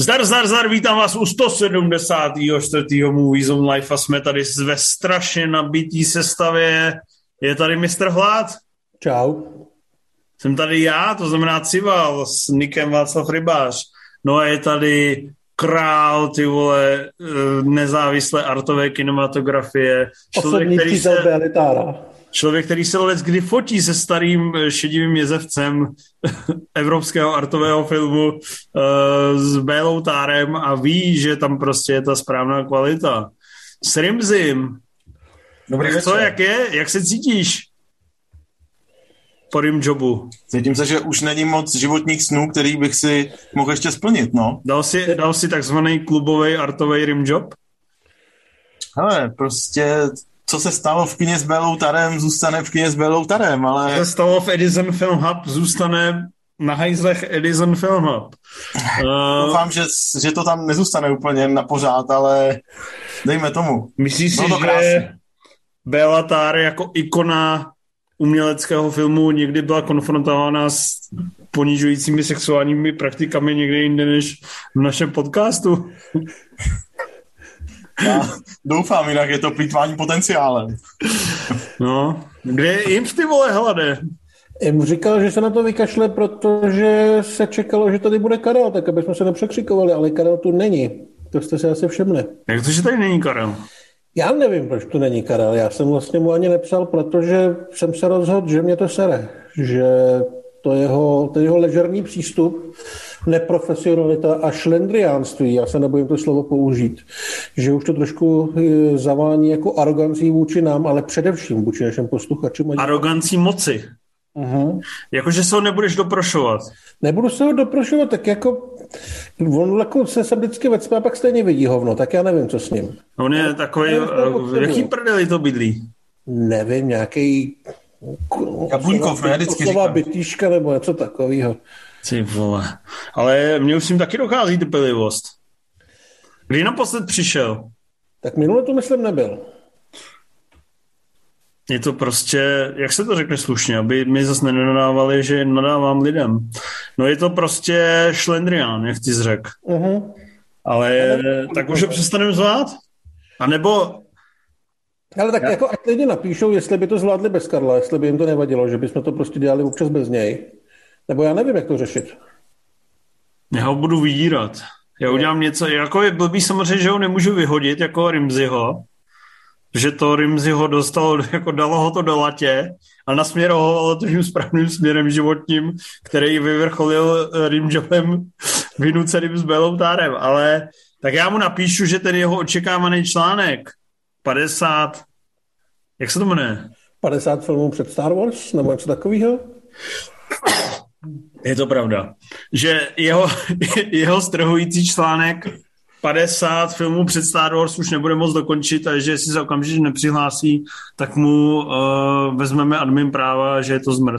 Zdar, vítám vás u 174. Movie Zone Live a jsme tady ve strašně nabitý sestavě. Je tady Mr. Hlad. Čau. Jsem tady já, to znamená Cival s nikem Václav Rybář. No a je tady král, ty vole, nezávislé artové kinematografie. Člověk, který se leckdy fotí se starým šedivým jezevcem evropského artového filmu s Bélou Tárem a ví, že tam prostě je ta správná kvalita. S Rimzim. Dobrý večer. Co, jak je? Jak se cítíš po Rimjobu? Cítím se, že už není moc životních snů, který bych si mohl ještě splnit, no. Dal si takzvaný klubový artový Rimjob? Hele, prostě co se stalo v kině s Bélou Tarem, zůstane v kině s Bélou Tarem, ale... Co se stalo v Edison Film Hub, zůstane na hajzlech Edison Film Hub. Doufám, že to tam nezůstane úplně na pořád, ale dejme tomu. Myslíš si, že Béla Tar jako ikona uměleckého filmu někdy byla konfrontována s ponižujícími sexuálními praktikami někde jinde než v našem podcastu? Já doufám, jinak je to plýtvání potenciálem. No, kde je Imp, ty vole, Hlade? Imp říkal, že se na to vykašle, protože se čekalo, že tady bude Karel, tak aby jsme se nepřekřikovali, ale Karel tu není. To jste si asi všimli. Jak to, že tady není Karel? Já nevím, proč tu není Karel. Já jsem vlastně mu ani nepsal, protože jsem se rozhodl, že mě to sere. Že ten jeho ležerní přístup, neprofesionalita a šlendriánství, já se nebojím to slovo použít, že už to trošku zavání jako arogancí vůči nám, ale především vůči našim posluchačům. Arogancí moci. Uh-huh. Jakože se ho nebudeš doprošovat. Nebudu se ho doprošovat, tak jako on jako se vždycky vecme a pak stejně vidí hovno, tak já nevím, co s ním. On je takový, jaký prdeli to bydlí? Nevím, nějaký Jabluňkov, ne, vždycky říkám. Bytýška nebo něco takového. Ty vole. Ale mně už s tím taky dochází trpělivost. Kdy naposled přišel? Tak minule to myslím nebyl. Je to prostě, jak se to řekne slušně, aby mi zase nenadávali, že nadávám lidem. No je to prostě šlendrián, jak ty jsi řekl. Uh-huh. Ale tak už ho přestaneme zvát? A nebo... Ale tak jako ať lidi napíšou, jestli by to zvládli bez Karla, jestli by jim to nevadilo, že bychom to prostě dělali občas bez něj. Nebo já nevím, jak to řešit. Já ho budu vydírat. Já udělám něco, jako je blbý samozřejmě, že ho nemůžu vyhodit, jako Rimziho, že to Rimziho dostalo, jako dalo ho to do latě a nasměrovalo to tím správným směrem životním, který vyvrcholil Rimjobem vynuceným s Bélou Tárem. Ale tak já mu napíšu, že ten jeho očekávaný článek 50, jak se to jmenuje? 50 filmů před Star Wars, nebo něco takového? Je to pravda. Že jeho strhující článek 50 filmů před Star Wars už nebude moc dokončit a že jestli se okamžitě nepřihlásí, tak mu vezmeme admin práva, že je to zmrt.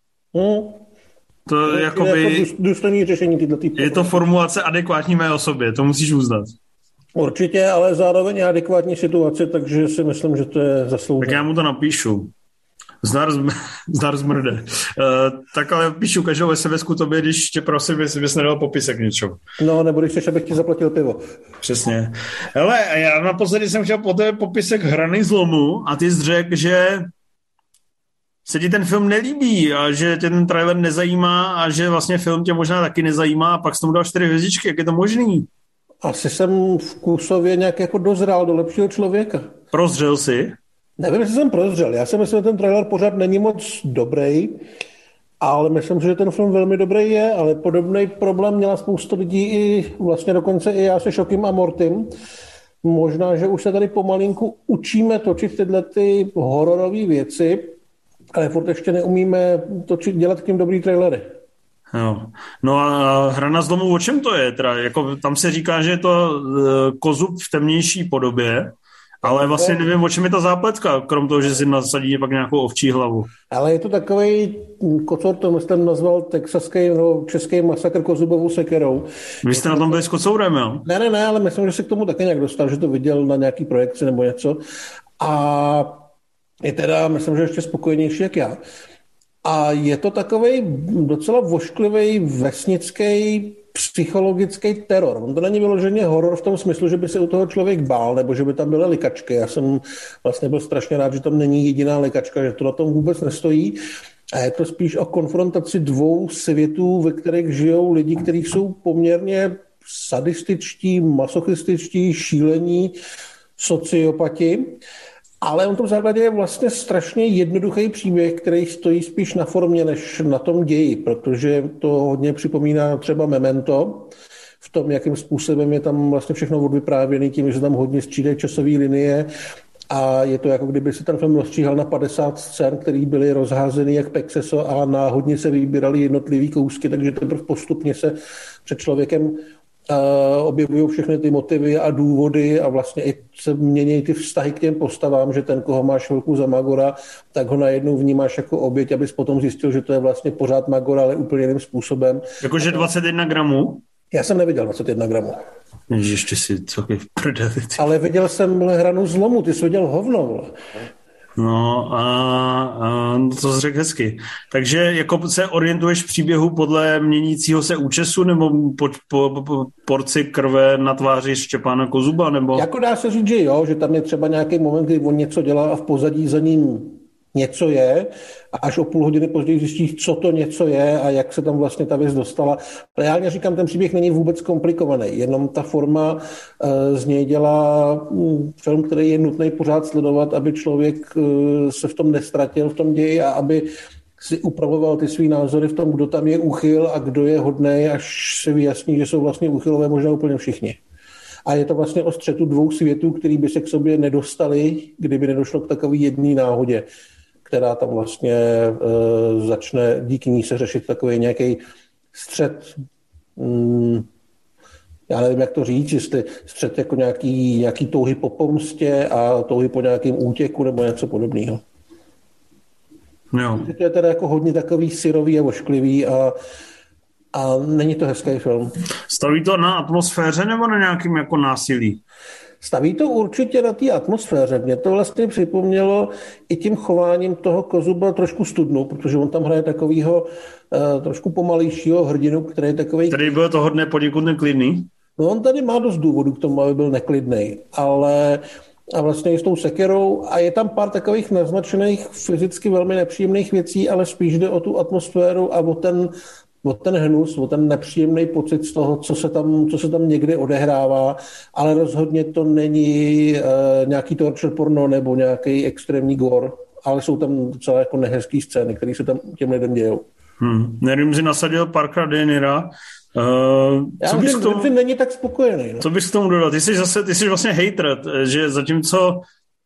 To je jakoby... důstojný řešení tyto. Je to formulace adekvátní mé osobě, to musíš uznat. Určitě, ale zároveň je adekvátní situace, takže si myslím, že to je zasloužené. Tak já mu to napíšu. Zdar zmrde. Tak ale píšu každou SMS-ku tobě, když tě prosím, jestli bys nedal popisek něčeho. No, nebo když chceš, abych ti zaplatil pivo. Přesně. Hele, já naposledy jsem chtěl po tebe popisek Hrany zlomu a ty jsi řekl, že se ti ten film nelíbí a že tě ten trailer nezajímá a že vlastně film tě možná taky nezajímá a pak jsi tomu dal 4 hvězdičky. Jak je to možný? Asi jsem vkusově nějak jako dozrál do lepšího člověka. Prozřel jsi? Nevím, jestli jsem prozřel. Já si myslím, že ten trailer pořád není moc dobrý, ale myslím, že ten film velmi dobrý je, ale podobný problém měla spousta lidí i vlastně dokonce i já se Šokim a Mortym. Možná, že už se tady pomalinku učíme točit tyhle ty hororové věci, ale furt ještě neumíme dělat k tím dobrý trailery. No a Hrana z domu, o čem to je? Teda, jako, tam se říká, že je to kozub v temnější podobě, ale vlastně nevím, o čem je ta zápletka, krom toho, že si nasadí pak nějakou ovčí hlavu. Ale je to takovej kocor, to jsem nazval texaský, no, český masakr kozubovou sekerou. Vy jste na tom byli s kocourem, jo? Ne, ale myslím, že se k tomu taky nějak dostal, že to viděl na nějaký projekci nebo něco. A je teda, myslím, že ještě spokojenější jak já. A je to takovej docela vošklivý vesnický psychologický teror. On to není vyloženě horor v tom smyslu, že by se u toho člověk bál, nebo že by tam byly likačky. Já jsem vlastně byl strašně rád, že tam není jediná likačka, že to na tom vůbec nestojí. A je to spíš o konfrontaci dvou světů, ve kterých žijou lidi, kteří jsou poměrně sadističtí, masochističtí, šílení, sociopati. Ale on to v základě je vlastně strašně jednoduchý příběh, který stojí spíš na formě, než na tom ději, protože to hodně připomíná třeba Memento, v tom, jakým způsobem je tam vlastně všechno odvyprávěný, tím, že tam hodně střídají časové linie a je to jako kdyby se ten film rozstříhal na 50 scén, které byly rozházeny jak pexeso a náhodně se vybíraly jednotlivý kousky, takže teprve postupně se před člověkem objevují všechny ty motivy a důvody a vlastně i se mění ty vztahy k těm postavám, že ten, koho máš chvilku za Magora, tak ho najednou vnímáš jako oběť, abys potom zjistil, že to je vlastně pořád Magora, ale úplně jiným způsobem. Jakože 21 gramů? Já jsem neviděl 21 gramů. Ještě si celkem prdeli. Ale viděl jsem Hranu zlomu, ty jsi viděl hovno. Vle. No a to jsi řekl hezky. Takže jako se orientuješ v příběhu podle měnícího se účesu nebo po porci krve na tváři Štěpána Kozuba? Nebo? Jako dá se říct, že jo, že tam je třeba nějaký moment, kdy on něco dělá a v pozadí za ním něco je a až o půl hodiny později zjistíš, co to něco je a jak se tam vlastně ta věc dostala. Reálně říkám, ten příběh není vůbec komplikovaný, jenom ta forma z něj dělá film, který je nutný pořád sledovat, aby člověk se v tom nestratil v tom ději a aby si upravoval ty svý názory v tom, kdo tam je úchyl a kdo je hodnej, až se vyjasní, že jsou vlastně úchylové možná úplně všichni. A je to vlastně o střetu dvou světů, který by se k sobě nedostali, kdyby nedošlo k takové jedné náhodě, která tam vlastně začne díky ní se řešit takový nějaký střet, já nevím, jak to říct, jestli střet jako nějaký touhy po pomstě a touhy po nějakém útěku nebo něco podobného. Jo. To je teda jako hodně takový syrový a ošklivý a není to hezký film. Staví to na atmosféře nebo na nějakým jako násilí? Staví to určitě na té atmosféře. Mě to vlastně připomnělo i tím chováním toho Kozuba trošku Studnu, protože on tam hraje takovýho trošku pomalejšího hrdinu, který je takový... Tady byl to hodně poněkud neklidný? No on tady má dost důvodů k tomu, aby byl neklidnej, ale a vlastně i s tou sekerou a je tam pár takových naznačených fyzicky velmi nepříjemných věcí, ale spíš jde o tu atmosféru a o ten hnus, o ten nepříjemný pocit z toho, co se tam někdy odehrává, ale rozhodně to není nějaký torture porno nebo nějaký extrémní gore, ale jsou tam docela jako nehezký scény, které se tam těm lidem dějou. Nevím, si nasadil Parkera Dennera. Já myslím, není tak spokojený. No. Co bys k tomu dodal? Ty jsi vlastně hater, že zatímco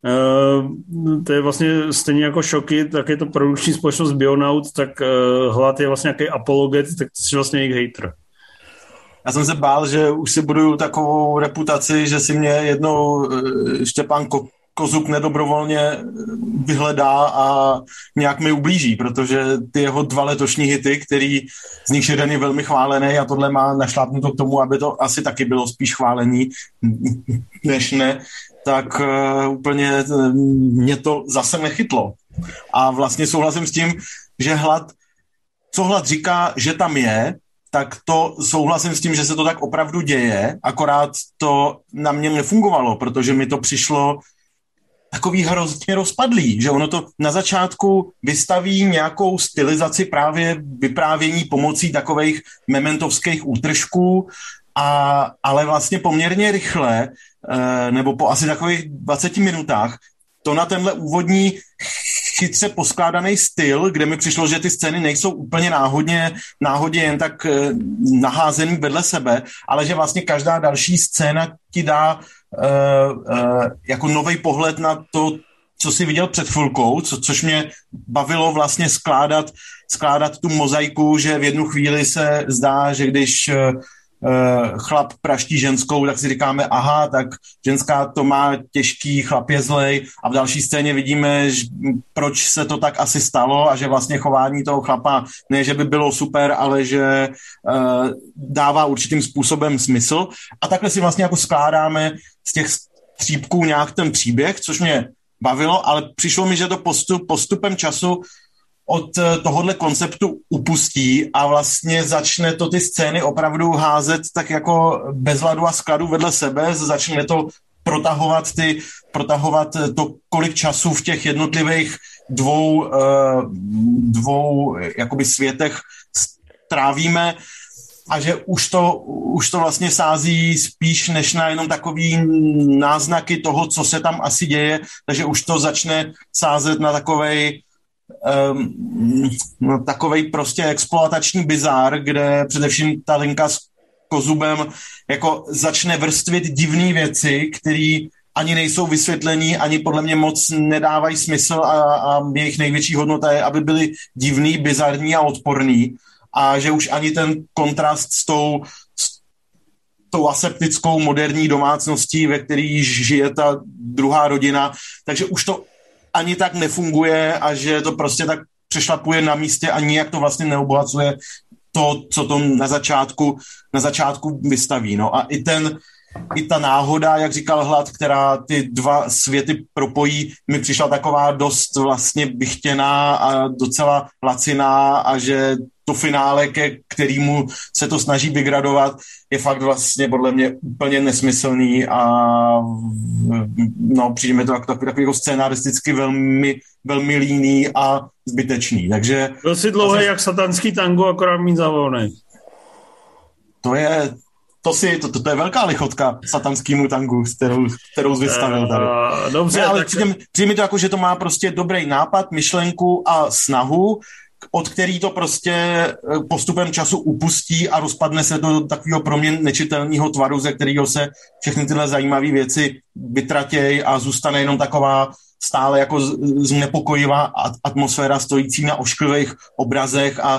to je vlastně stejně jako Šoky, tak je to produkční společnost Bionaut, tak Hlad je vlastně nějaký apologet, tak ty jsi vlastně jejich hater. Já jsem se bál, že už si buduju takovou reputaci, že si mě jednou Štěpán Kozub nedobrovolně vyhledá a nějak mi ublíží, protože ty jeho 2 letošní hity, který z nich jeden je velmi chválený a tohle má našlápnuto k tomu, aby to asi taky bylo spíš chválení, než ne, tak úplně mě to zase nechytlo. A vlastně souhlasím s tím, že co Hlad říká, že tam je, tak to souhlasím s tím, že se to tak opravdu děje, akorát to na mě nefungovalo, protože mi to přišlo takový hrozně rozpadlý, že ono to na začátku vystaví nějakou stylizaci právě vyprávění pomocí takových mementovských útržků, ale vlastně poměrně rychle, nebo po asi takových 20 minutách, to na tenhle úvodní chytře poskládaný styl, kde mi přišlo, že ty scény nejsou úplně náhodně jen tak naházený vedle sebe, ale že vlastně každá další scéna ti dá jako nový pohled na to, co jsi viděl před chvilkou, což mě bavilo vlastně skládat tu mozaiku, že v jednu chvíli se zdá, že když chlap praští ženskou, tak si říkáme, aha, tak ženská to má těžký, chlap je zlej, a v další scéně vidíme, proč se to tak asi stalo a že vlastně chování toho chlapa ne, že by bylo super, ale že dává určitým způsobem smysl, a takhle si vlastně jako skládáme z těch střípků nějak ten příběh, což mě bavilo, ale přišlo mi, že to postupem času od tohohle konceptu upustí a vlastně začne to ty scény opravdu házet tak jako bez ladu a skladu vedle sebe, začne to protahovat to, kolik času v těch jednotlivých dvou jakoby světech trávíme a že už to vlastně sází spíš než na jenom takový náznaky toho, co se tam asi děje, takže už to začne sázet na takovej prostě exploatační bizár, kde především ta linka s Kozubem jako začne vrstvit divné věci, které ani nejsou vysvětlení, ani podle mě moc nedávají smysl a jejich největší hodnota je, aby byly divný, bizarní a odporný a že už ani ten kontrast s tou aseptickou moderní domácností, ve který žije ta druhá rodina, takže už to ani tak nefunguje a že to prostě tak přešlapuje na místě a nijak to vlastně neobohacuje to, co to na začátku vystaví. No a i ta náhoda, jak říkal Hlad, která ty dva světy propojí, mi přišla taková dost vlastně bychtěná a docela laciná a že to finále, ke kterému se to snaží vygradovat, je fakt vlastně podle mě úplně nesmyslný a no, přijde mi to takový scénaristicky velmi, velmi líný a zbytečný. Takže byl si dlouhý jak satanský tango, akorát mít zavolaný. To je velká lichotka satanskému tangu, kterou jsi vystavil tady. Dobře, ne, ale přijde mi to jako, že to má prostě dobrý nápad, myšlenku a snahu, od který to prostě postupem času upustí a rozpadne se do takového pro mě nečitelného tvaru, ze kterého se všechny tyhle zajímavé věci vytratějí a zůstane jenom taková stále jako znepokojivá atmosféra stojící na ošklivých obrazech a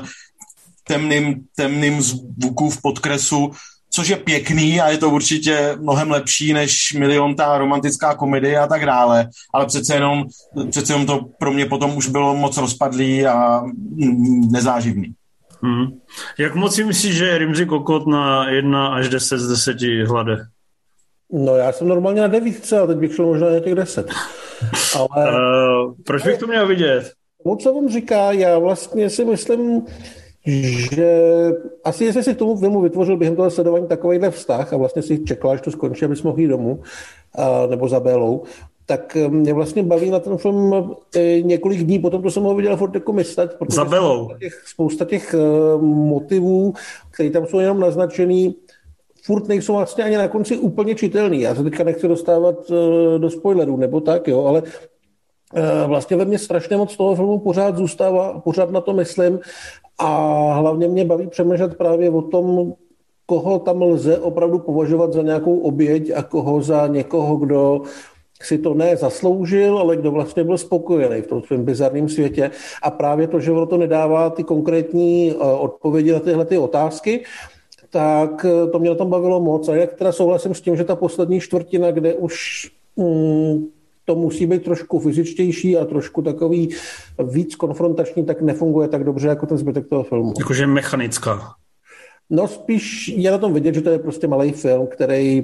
temným zvuku v podkresu, což je pěkný a je to určitě mnohem lepší než miliontá romantická komedie a tak dále, ale přece jenom to pro mě potom už bylo moc rozpadlý a nezáživný. Jak moc si myslíš, že je Rimzi Kokot na 1 až 10 z 10 Hlade? No já jsem normálně na 9, ale teď bych šel možná na těch 10. Ale... proč bych to měl vidět? Co on říká, já vlastně si myslím, že asi jestli si k tomu filmu vytvořil během toho sledování takovýhle vztah a vlastně si čekal, až to skončí, abys mohl jít domů, nebo za Bélou, tak mě vlastně baví na ten film několik dní potom, to jsem ho viděl furt jako myslet, protože za Bélou. Spousta těch motivů, které tam jsou jenom naznačený, furt nejsou vlastně ani na konci úplně čitelný. Já se teďka nechci dostávat do spoilerů, nebo tak, jo, ale vlastně ve mně strašně moc toho filmu pořád zůstává, pořád na to myslím a hlavně mě baví přemýšlet právě o tom, koho tam lze opravdu považovat za nějakou oběť a koho za někoho, kdo si to ne zasloužil, ale kdo vlastně byl spokojený v tom svém bizarním světě. A právě to, že ono to nedává ty konkrétní odpovědi na tyhle ty otázky, tak to mě na tom bavilo moc. A jak teda souhlasím s tím, že ta poslední čtvrtina, kde už to musí být trošku fyzičtější a trošku takový víc konfrontační, tak nefunguje tak dobře jako ten zbytek toho filmu. Jakože mechanická. No spíš je na tom vidět, že to je prostě malý film, který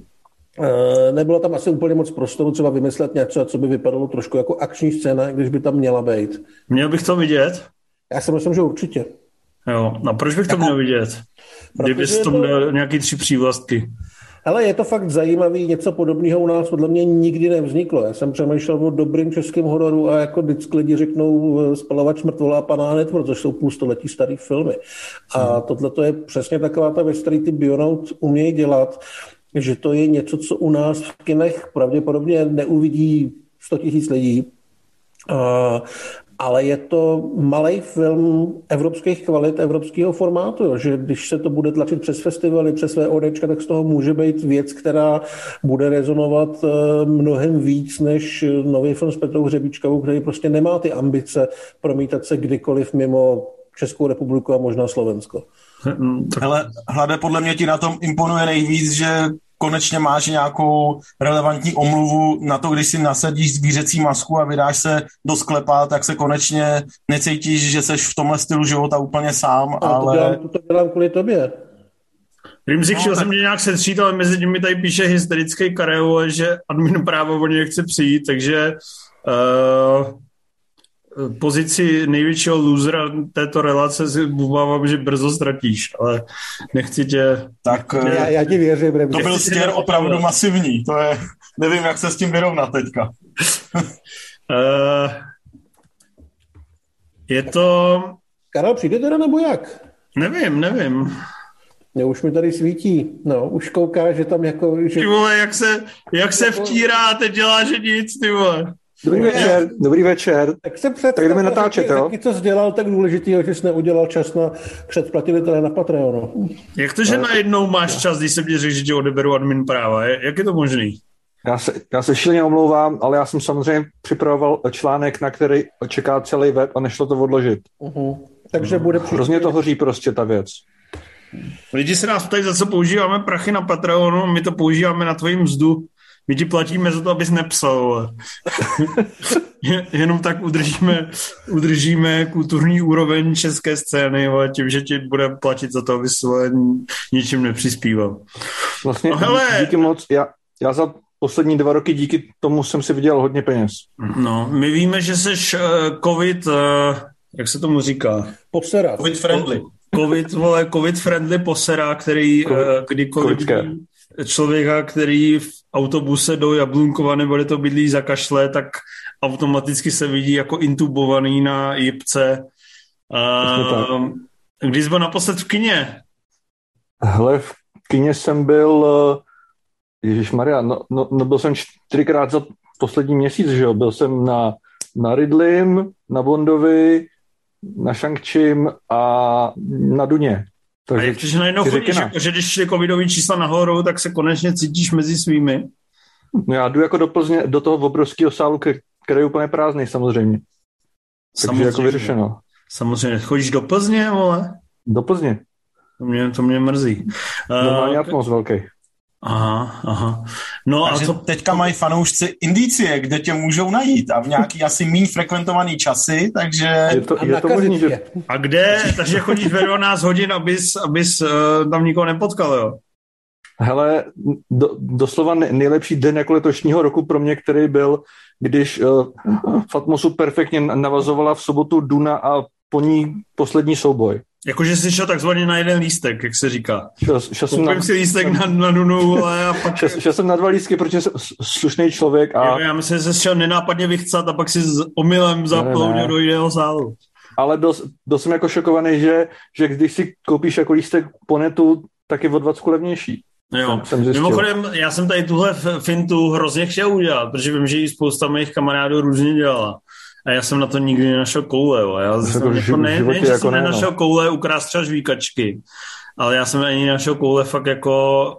nebylo tam asi úplně moc prostoru třeba vymyslet něco, co by vypadalo trošku jako akční scéna, když by tam měla být. Měl bych to vidět? Já si myslím, že určitě. Jo, a proč bych to měl vidět? Kdybys to měl nějaký 3 přívlastky. Ale je to fakt zajímavý, něco podobného u nás podle mě nikdy nevzniklo. Já jsem přemýšlel o dobrým českém hororu a jako vždycky lidi řeknou Spalovač mrtvola a Pana netvor, což jsou půlstoletí starý filmy. A tohle to je přesně taková ta věc, který ty Bionaut umějí dělat, že to je něco, co u nás v kinech pravděpodobně neuvidí 100 000 lidí. Ale je to malý film evropských kvalit, evropského formátu, jo, že když se to bude tlačit přes festivaly, přes VODčka, tak z toho může být věc, která bude rezonovat mnohem víc než nový film s Petrou Hřebíčkovou, který prostě nemá ty ambice promítat se kdykoliv mimo Českou republiku a možná Slovensko. Hele, Hlade, podle mě ti na tom imponuje nejvíc, že konečně máš nějakou relevantní omluvu na to, když si nasadíš zvířecí masku a vydáš se do sklepa, tak se konečně necítíš, že seš v tomhle stylu života úplně sám, ale... To dělám kvůli tobě. Rimzi, chtěl jsem mě nějak setřít, ale mezi nimi tady píše hysterický Karel, že admin právo o něj chce přijít, takže pozici největšího losera této relace si obávám, že brzo ztratíš, ale nechci tě... Tak já ti věřím. To byl stěr opravdu masivní, to je, nevím, jak se s tím vyrovnat teďka. Je to... Karel, přijde teda nebo jak? Nevím. Mě už mi tady svítí. No, už kouká, že tam jako... Že... Ty vole, jak se vtírá a teď dělá, že nic, ty vole. Dobrý večer. Tak se před... Tak jdeme natáčet, jo? Taky co jsi dělal tak důležitýho, že jsi neudělal čas na předplatitele na Patreonu. Jak to, že najednou máš čas, když jsem ti řekl, že ti odeberu admin práva? Jak je to možný? Já se šíleně omlouvám, ale já jsem samozřejmě připravoval článek, na který čeká celý web a nešlo to odložit. Takže bude Hrozně to hoří prostě ta věc. Lidi se nás ptají, za co používáme prachy na Patreonu, my to používáme na tvoji mzdu. My ti platíme za to, abys nepsal. Jenom tak udržíme kulturní úroveň české scény tím, že ti bude platit za to, abys ničím nepřispíval. Vlastně no, hele. Díky moc. Já za poslední 2 roky díky tomu jsem si vydělal hodně peněz. No, my víme, že seš covid, jak se tomu říká? Posera. Covid friendly. Covid friendly posera, který kdykoliv člověka, který v autobuse do Jablunkova nebo to bydlí zakašle, tak automaticky se vidí jako intubovaný na jipce. Kdy jsi byl naposled v kině? Hele, v kině jsem byl, ježišmarja, no byl jsem 4krát za poslední měsíc, že jo? Byl jsem na Ridleym, na Bondovi, na Shang-Chim a na Duně. Takže a jak to, najednou chodíš, že když šli covidový čísla nahoru, tak se konečně cítíš mezi svými? No já jdu jako do Plzně, do toho obrovského sálu, který je úplně prázdný samozřejmě. Takže jako vyřešeno. Samozřejmě. Chodíš do Plzně, vole? Do Plzně. To mě mrzí. Normálně atmos velký. Aha. No takže a teďka mají fanoušci indicie, kde tě můžou najít a v nějaký asi méně frekventovaný časy, takže... Je to možný, že... A kde? Takže chodíš ve 12 hodin, abys tam nikoho nepotkal, jo? Hele, doslova nejlepší den jako letošního roku pro mě, který byl, když v Atmosu perfektně navazovala v sobotu Duna a po ní poslední souboj. Jakože jsi šel takzvaně na jeden lístek, jak se říká. Koupím si lístek na Dunu, ale a pak... Šel jsem na 2 lístky, protože jsem slušný člověk a... Já myslím, že jsi šel nenápadně vychcat a pak si omylem zaplouděl do jiného sálu. Ale byl jsem jako šokovaný, že když si koupíš jako lístek po netu, tak je o 20 levnější. Jo. Mimochodem, já jsem tady tuhle fintu hrozně chtěl udělat, protože vím, že ji spousta mých kamarádů různě dělala. A já jsem na to nikdy nenašel koule. Jo. Já jsem jsem nenašel koule ukrást třeba žvíkačky, ale já jsem ani nenašel koule fakt jako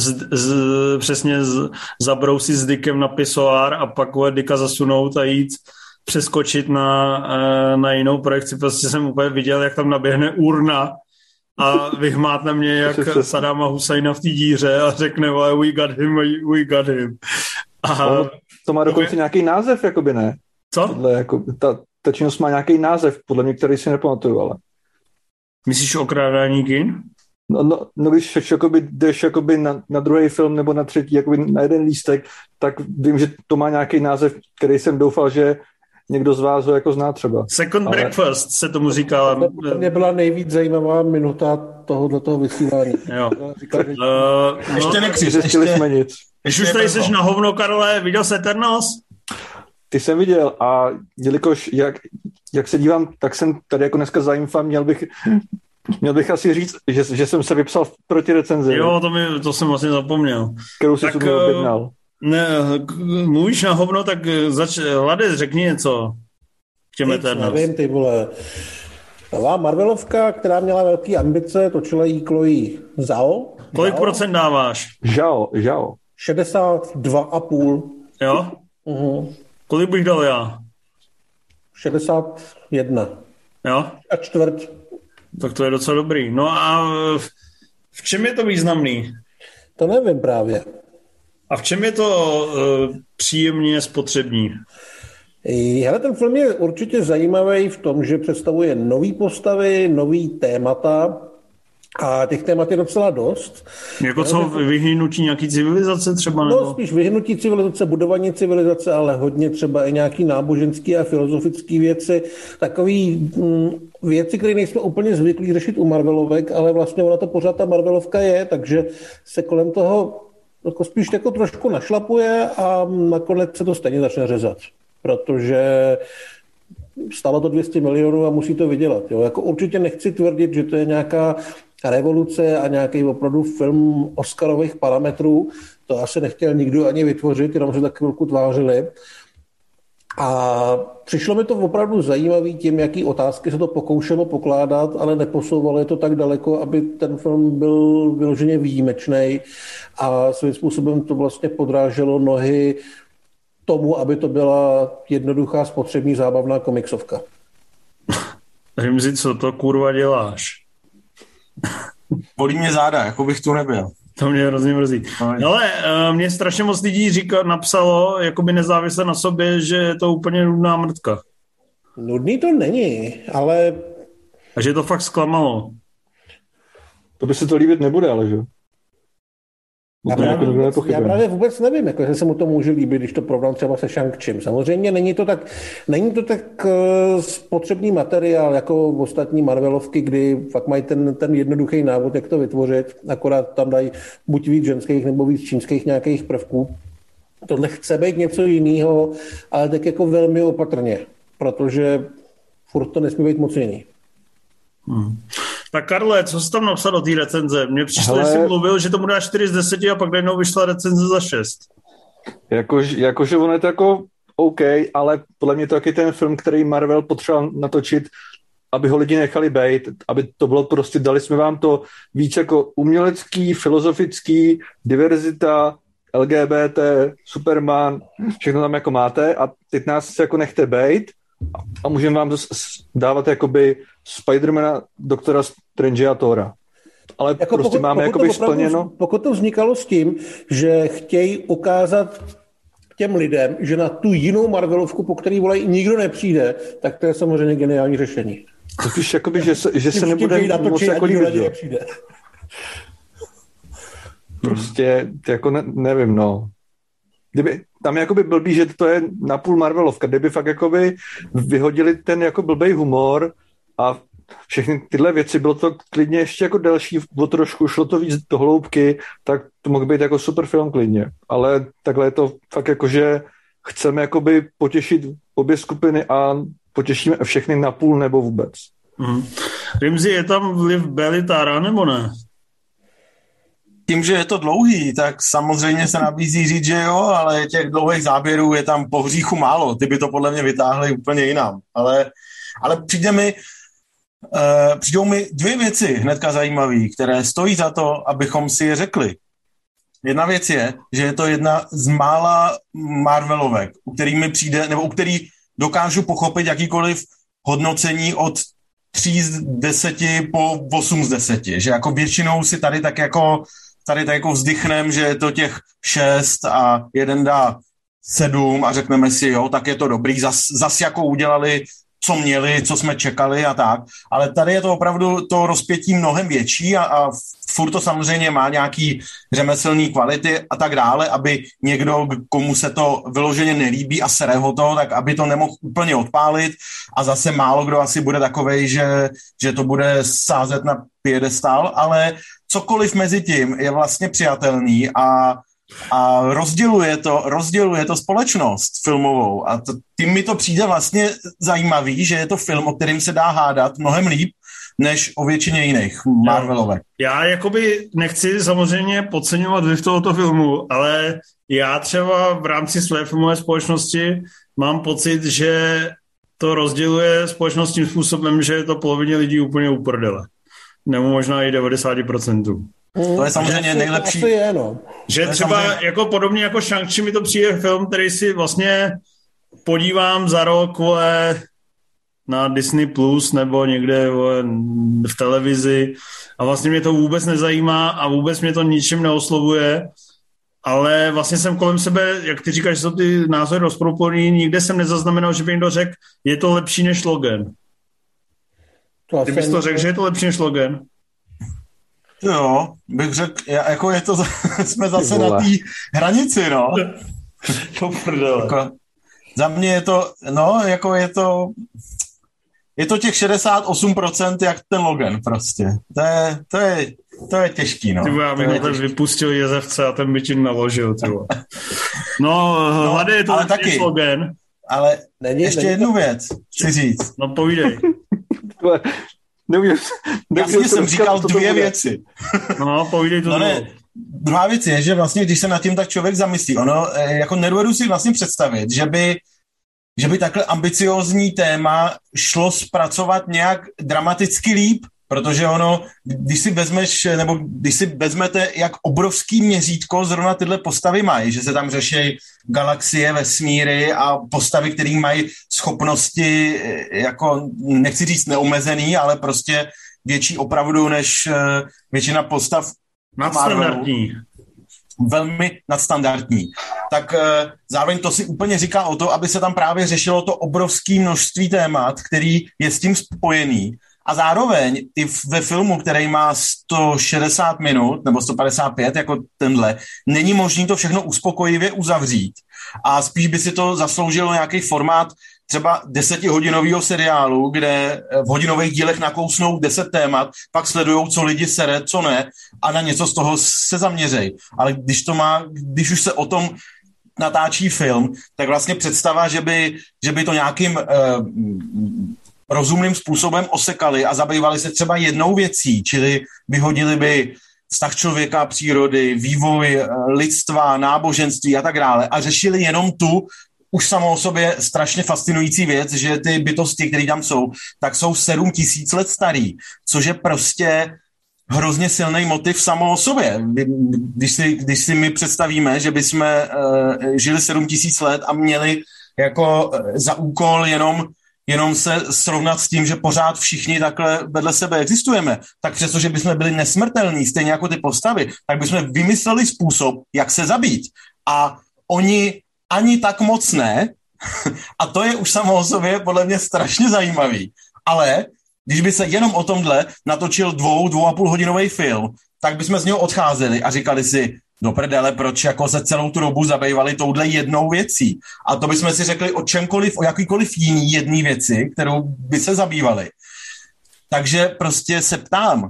přesně zabrousit s dykem na pisoár a pak dyka zasunout a jít přeskočit na jinou projekci. Prostě jsem úplně viděl, jak tam naběhne urna a vyhmátne mě jak Sadama Husajna v té díře a řekne, we got him. A to má dokonce nějaký název, jakoby ne? Co? Tohle, jako, ta činnost má nějaký název, podle mě, který si nepamatuju, ale... Myslíš okrádání kin? No když jdeš jakoby na druhý film nebo na třetí, jakoby na jeden lístek, tak vím, že to má nějaký název, který jsem doufal, že někdo z vás ho jako zná třeba. Second breakfast se tomu říká. To mě byla nejvíc zajímavá minuta tohoto vysílání. Jo. Ještě nekřiž, jsme nic. Když už tady jsi na hovno, Karle, viděl jsi Eternos? Ty jsem viděl a jelikož jak se dívám, tak jsem tady jako dneska za Infa, měl bych asi říct, že jsem se vypsal proti recenzi. Jo, to jsem vlastně zapomněl. Kterou jsi tu objednal. Ne, mluvíš na hovno, tak Lade, řekni něco k těm Eternals. Nevím, ty vole. Nová Marvelovka, která měla velké ambice, točila jí Chloe Zhao. Kolik procent dáváš? Zhao. 62,5. Jo? Kolik bych dal já? 61. Jo? A čtvrt. Tak to je docela dobrý. No a v čem je to významný? To nevím právě. A v čem je to příjemně spotřební? Hele, ten film je určitě zajímavý v tom, že představuje nový postavy, nový témata A těch témat je docela dost. Jako co, vyhynutí nějaký civilizace třeba? Nebo? No spíš vyhnutí civilizace, budování civilizace, ale hodně třeba i nějaký náboženský a filozofický věci. Takový věci, které nejsme úplně zvyklí řešit u Marvelovek, ale vlastně ona to pořád ta Marvelovka je, takže se kolem toho jako spíš jako trošku našlapuje a nakonec se to stejně začne řezat. Protože stálo to 200 milionů a musí to vydělat. Jo. Jako určitě nechci tvrdit, že to je nějaká revoluce a nějaký opravdu film oscarových parametrů. To asi nechtěl nikdo ani vytvořit, jenom se tak chvilku tvářili. A přišlo mi to opravdu zajímavý tím, jaký otázky se to pokoušelo pokládat, ale neposouvalo je to tak daleko, aby ten film byl vyloženě výjimečný a svým způsobem to vlastně podráželo nohy tomu, aby to byla jednoduchá spotřební zábavná komiksovka. Rimzi, co to kurva děláš? Bolí mě záda, jako bych tu nebyl. To mě hrozně mrzí. Ale mě strašně moc lidí napsalo, jakoby nezávisle na sobě, že je to úplně nudná mrtka. Nudný to není, ale... A že to fakt zklamalo. To by se to líbit nebude, ale že? Já právě vůbec nevím, jako, že se mu to může líbit, když to porovnám třeba se Shang-Chim. Samozřejmě není to tak spotřební materiál jako ostatní Marvelovky, kdy fakt mají ten jednoduchý návod, jak to vytvořit, akorát tam dají buď víc ženských nebo víc čínských nějakých prvků. Tohle chce být něco jiného, ale tak jako velmi opatrně, protože furt to nesmí být moc jiný. Tak Karle, co jsi tam napsal do té recenze? Mně přišlo, že jsi mluvil, že tomu dáš 4 z 10 a pak najednou vyšla recenze za 6. Jakože ono je to jako OK, ale podle mě to taky ten film, který Marvel potřeboval natočit, aby ho lidi nechali bejt, aby to bylo prostě, dali jsme vám to víc jako umělecký, filozofický, diverzita, LGBT, Superman, všechno tam jako máte a teď nás jako nechte bejt a můžeme vám dávat jakoby Spidermana, Doktora Strange a Thora. Ale jako prostě máme jakoby splněno. Pokud to vznikalo s tím, že chtějí ukázat těm lidem, že na tu jinou Marvelovku, po který volají, nikdo nepřijde, tak to je samozřejmě geniální řešení. To spíš jakoby, že se nebude moc jako líbit. Prostě jako nevím, no. Kdyby, tam jakoby blbý, že to je napůl Marvelovka, kdyby fakt jakoby vyhodili ten jako blbej humor a všechny tyhle věci, bylo to klidně ještě jako delší, o trošku, šlo to víc do hloubky, tak to mohl být jako super film klidně, ale takhle je to fakt jako, že chceme jakoby potěšit obě skupiny a potěšíme všechny napůl nebo vůbec. Rimzi, je tam vliv Belitara nebo ne? Tím, že je to dlouhý, tak samozřejmě se nabízí říct, že jo, ale těch dlouhých záběrů je tam po hříchu málo. Ty by to podle mě vytáhli úplně jinam. Ale přijdou mi 2 věci hnedka zajímavé, které stojí za to, abychom si je řekli. Jedna věc je, že je to jedna z mála Marvelovek, u který mi přijde, nebo u který dokážu pochopit jakýkoliv hodnocení od 3 z 10 po 8 z 10. Že jako většinou si tady tak jako vzdychnem, že je to těch 6 a jeden dá 7 a řekneme si, jo, tak je to dobrý, zas jako udělali, co měli, co jsme čekali a tak. Ale tady je to opravdu to rozpětí mnohem větší a furt to samozřejmě má nějaký řemeslný kvality a tak dále, aby někdo, komu se to vyloženě nelíbí a sere ho to, tak aby to nemohl úplně odpálit a zase málo kdo asi bude takovej, že to bude sázet na piedestal, ale cokoliv mezi tím je vlastně přijatelný a rozděluje to společnost filmovou a tím mi to přijde vlastně zajímavý, že je to film, o kterým se dá hádat mnohem líp, než o většině jiných Marvelovek. Já jakoby nechci samozřejmě podceňovat vliv tohoto filmu, ale já třeba v rámci své filmové společnosti mám pocit, že to rozděluje společnost tím způsobem, že je to polovině lidí úplně uprdele. Nebo možná i 90%. To je samozřejmě nejlepší. Že třeba jako podobně jako Shang-Chi mi to přijde film, který si vlastně podívám za rok na Disney Plus nebo někde v televizi a vlastně mě to vůbec nezajímá a vůbec mě to ničím neoslovuje, ale vlastně jsem kolem sebe, jak ty říkáš, že jsou ty názory rozproporní, nikde jsem nezaznamenal, že by někdo řekl, je to lepší než Logan. Ty bys to řekl, že je to lepší než Logan? Jo, bych řekl, jako je to, jsme zase na té hranici, no. To prdele. Jako, za mě je to, no, jako je to těch 68%, jak ten Logan prostě. To je těžký, no. Ty já bych ho vypustil jezevce a ten by ti naložil, ty vole. No, hladej je to taky Logan. Ale ještě jednu věc chci říct. No, povídej. Jasně jsem říkal dvě věci. No, povídej to. No ne, druhá věc je, že vlastně, když se nad tím tak člověk zamyslí, ono, jako nedovedu si vlastně představit, že by takhle ambiciózní téma šlo zpracovat nějak dramaticky líp, protože ono, když si vezmete, jak obrovský měřítko zrovna tyhle postavy mají, že se tam řeší galaxie, vesmíry a postavy, které mají schopnosti, jako nechci říct neomezený, ale prostě větší opravdu než většina postav nadstandardní. Velmi nadstandardní. Tak zároveň to si úplně říká o to, aby se tam právě řešilo to obrovské množství témat, který je s tím spojený. A zároveň i ve filmu, který má 160 minut nebo 155 jako tenhle, není možné to všechno uspokojivě uzavřít. A spíš by si to zasloužilo nějaký formát třeba 10hodinového seriálu, kde v hodinových dílech nakousnou 10 témat, pak sledujou, co lidi sere, co ne, a na něco z toho se zaměřej. Ale když už se o tom natáčí film, tak vlastně představa, že by to nějakým rozumným způsobem osekali a zabývali se třeba jednou věcí, čili vyhodili by vztah člověka, přírody, vývoj lidstva, náboženství a tak dále a řešili jenom tu už samo o sobě strašně fascinující věc, že ty bytosti, které tam jsou, tak jsou 7000 let starý, což je prostě hrozně silný motiv samo o sobě. Když si my představíme, že bychom žili 7000 let a měli jako za úkol jenom se srovnat s tím, že pořád všichni takhle vedle sebe existujeme, tak přestože bychom byli nesmrtelní, stejně jako ty postavy, tak bychom vymysleli způsob, jak se zabít. A oni ani tak moc ne, a to je už samo o sobě podle mě strašně zajímavý. Ale když by se jenom o tomhle natočil 2,5 hodinový film, tak bychom z něho odcházeli a říkali si, do prdele, proč jako se celou tu dobu zabývali touhle jednou věcí. A to bychom si řekli o čemkoliv, o jakýkoliv jiný jedný věci, kterou by se zabývali. Takže prostě se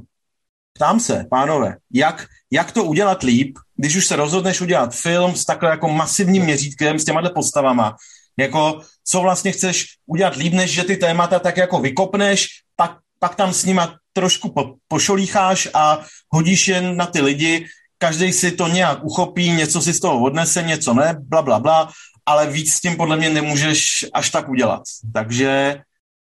ptám se, pánové, jak to udělat líp, když už se rozhodneš udělat film s takhle jako masivním měřítkem, s těma postavama, jako co vlastně chceš udělat líp, než že ty témata tak jako vykopneš, pak tam s nima trošku pošolícháš a hodíš je na ty lidi, každý si to nějak uchopí, něco si z toho odnese, něco ne, bla, bla, bla, ale víc s tím podle mě nemůžeš až tak udělat. Takže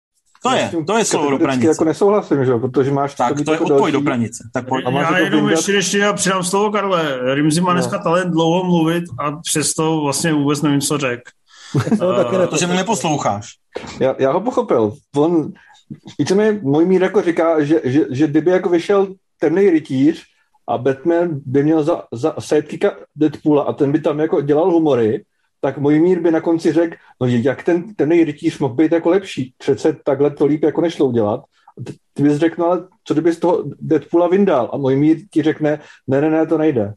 to je slovo do pranice. Jako nesouhlasím, že? Protože máš... Tak to je odpověď do pranice. Tak já jenom ještě já přidám slovo, Karle. Rimzi má dneska talent dlouho mluvit a přesto vlastně vůbec nevím, co řek. Protože mě neposloucháš. Já ho pochopil. Víceméně můj mír jako říká, že kdyby jako vyšel Temnej rytíř a Batman by měl za sidekicka Deadpoola a ten by tam jako dělal humory, tak můj mír by na konci řekl, no jak ten Temnej rytíř mohl být jako lepší, přece takhle to líp jako nešlo udělat. Ty bys řekl, no ale co kdyby z toho Deadpoola vyndal? A můj mír ti řekne, ne, to nejde.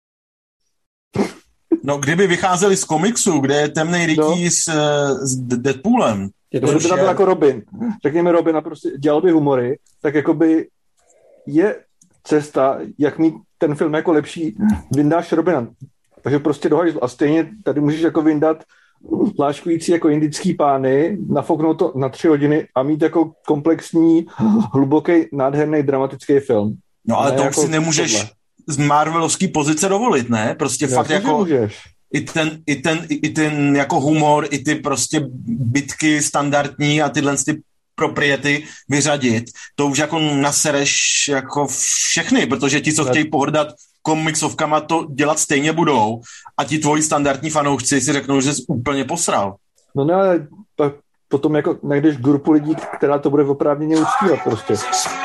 No, kdyby vycházeli z komiksu, kde je Temnej rytíř s Deadpoolem. To by byl jako Robin. Řekněme Robin a prostě dělal by humory, tak jakoby je cesta, jak mít ten film jako lepší, vyndáš Robina. Takže prostě do hajzlu. A stejně tady můžeš jako vyndat láškující jako indický pány, nafouknout to na 3 hodiny a mít jako komplexní, hluboký, nádherný, dramatický film. No ale to jako si nemůžeš z Marvelovský pozice dovolit, ne? Prostě fakt jako... Můžeš. I ten jako humor, i ty prostě bitky standardní a tyhle ty propriety vyřadit, to už jako nasereš jako všechny, protože ti, co chtějí pohrdat komiksovkama, to dělat stejně budou a ti tvoji standardní fanoušci si řeknou, že jsi úplně posral. No ne, ale potom jako najdeš grupu lidí, která to bude oprávněně uctívat prostě.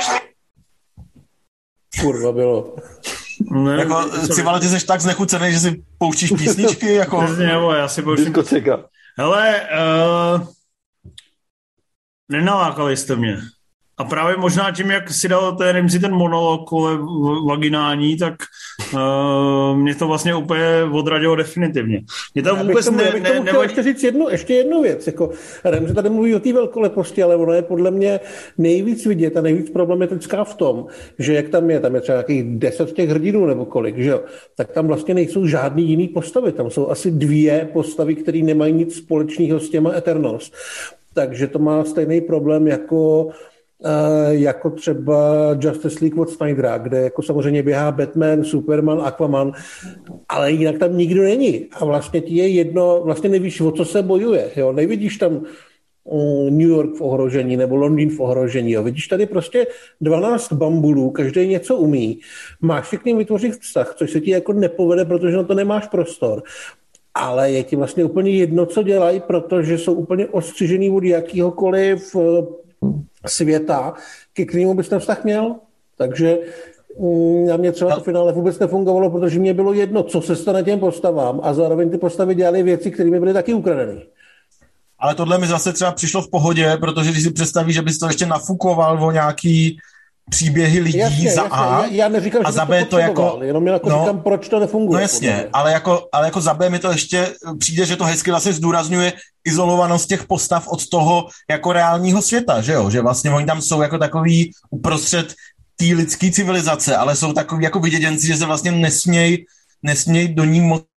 Kurva bylo. Ne, jako, Civale, ty jsi tak znechucený, že si pouštíš písničky, jako... Nebo já si pouštím... Hele, nenalákali jste mě. A právě možná tím, jak si dal ten monolog vaginální, tak mě to vlastně úplně odradilo definitivně. Mě to vůbec chtěl ještě říct ještě jednu věc. Jako, Remzi tady mluví o té velkoleposti, ale ono je podle mě nejvíc vidět a nejvíc problematická v tom, že jak tam je třeba nějakých 10 těch hrdinů nebo kolik, že jo, tak tam vlastně nejsou žádný jiný postavy. Tam jsou asi 2 postavy, které nemají nic společného s těma Eternals. Takže to má stejný problém jako třeba Justice League od Snydera, kde jako samozřejmě běhá Batman, Superman, Aquaman, ale jinak tam nikdo není. A vlastně ti je jedno, vlastně nevíš, o co se bojuje. Jo? Nevidíš tam New York v ohrožení nebo Londýn v ohrožení. Jo? Vidíš tady prostě 12 bambulů, každý něco umí. Máš si k ním vytvořit vztah, což se ti jako nepovede, protože na to nemáš prostor. Ale je ti vlastně úplně jedno, co dělají, protože jsou úplně ostřižený od jakýhokoliv světa, ke kterému bys ten vztah měl. Takže na mě třeba to finále vůbec nefungovalo, protože mě bylo jedno, co se stane těm postavám a zároveň ty postavy dělaly věci, které byly taky ukradeny. Ale tohle mi zase třeba přišlo v pohodě, protože když si představíš, že bys to ještě nafukoval o nějaký příběhy lidí jasně. Já neříkám, a že za B to jako... Jenom říkám, proč to nefunguje. No jasně, ale jako za B mi to ještě přijde, že to hezky vlastně zdůrazňuje izolovanost těch postav od toho jako reálního světa, že jo? Že vlastně oni tam jsou jako takový uprostřed té lidské civilizace, ale jsou takový jako vyděděnci, že se vlastně nesměj do ní moc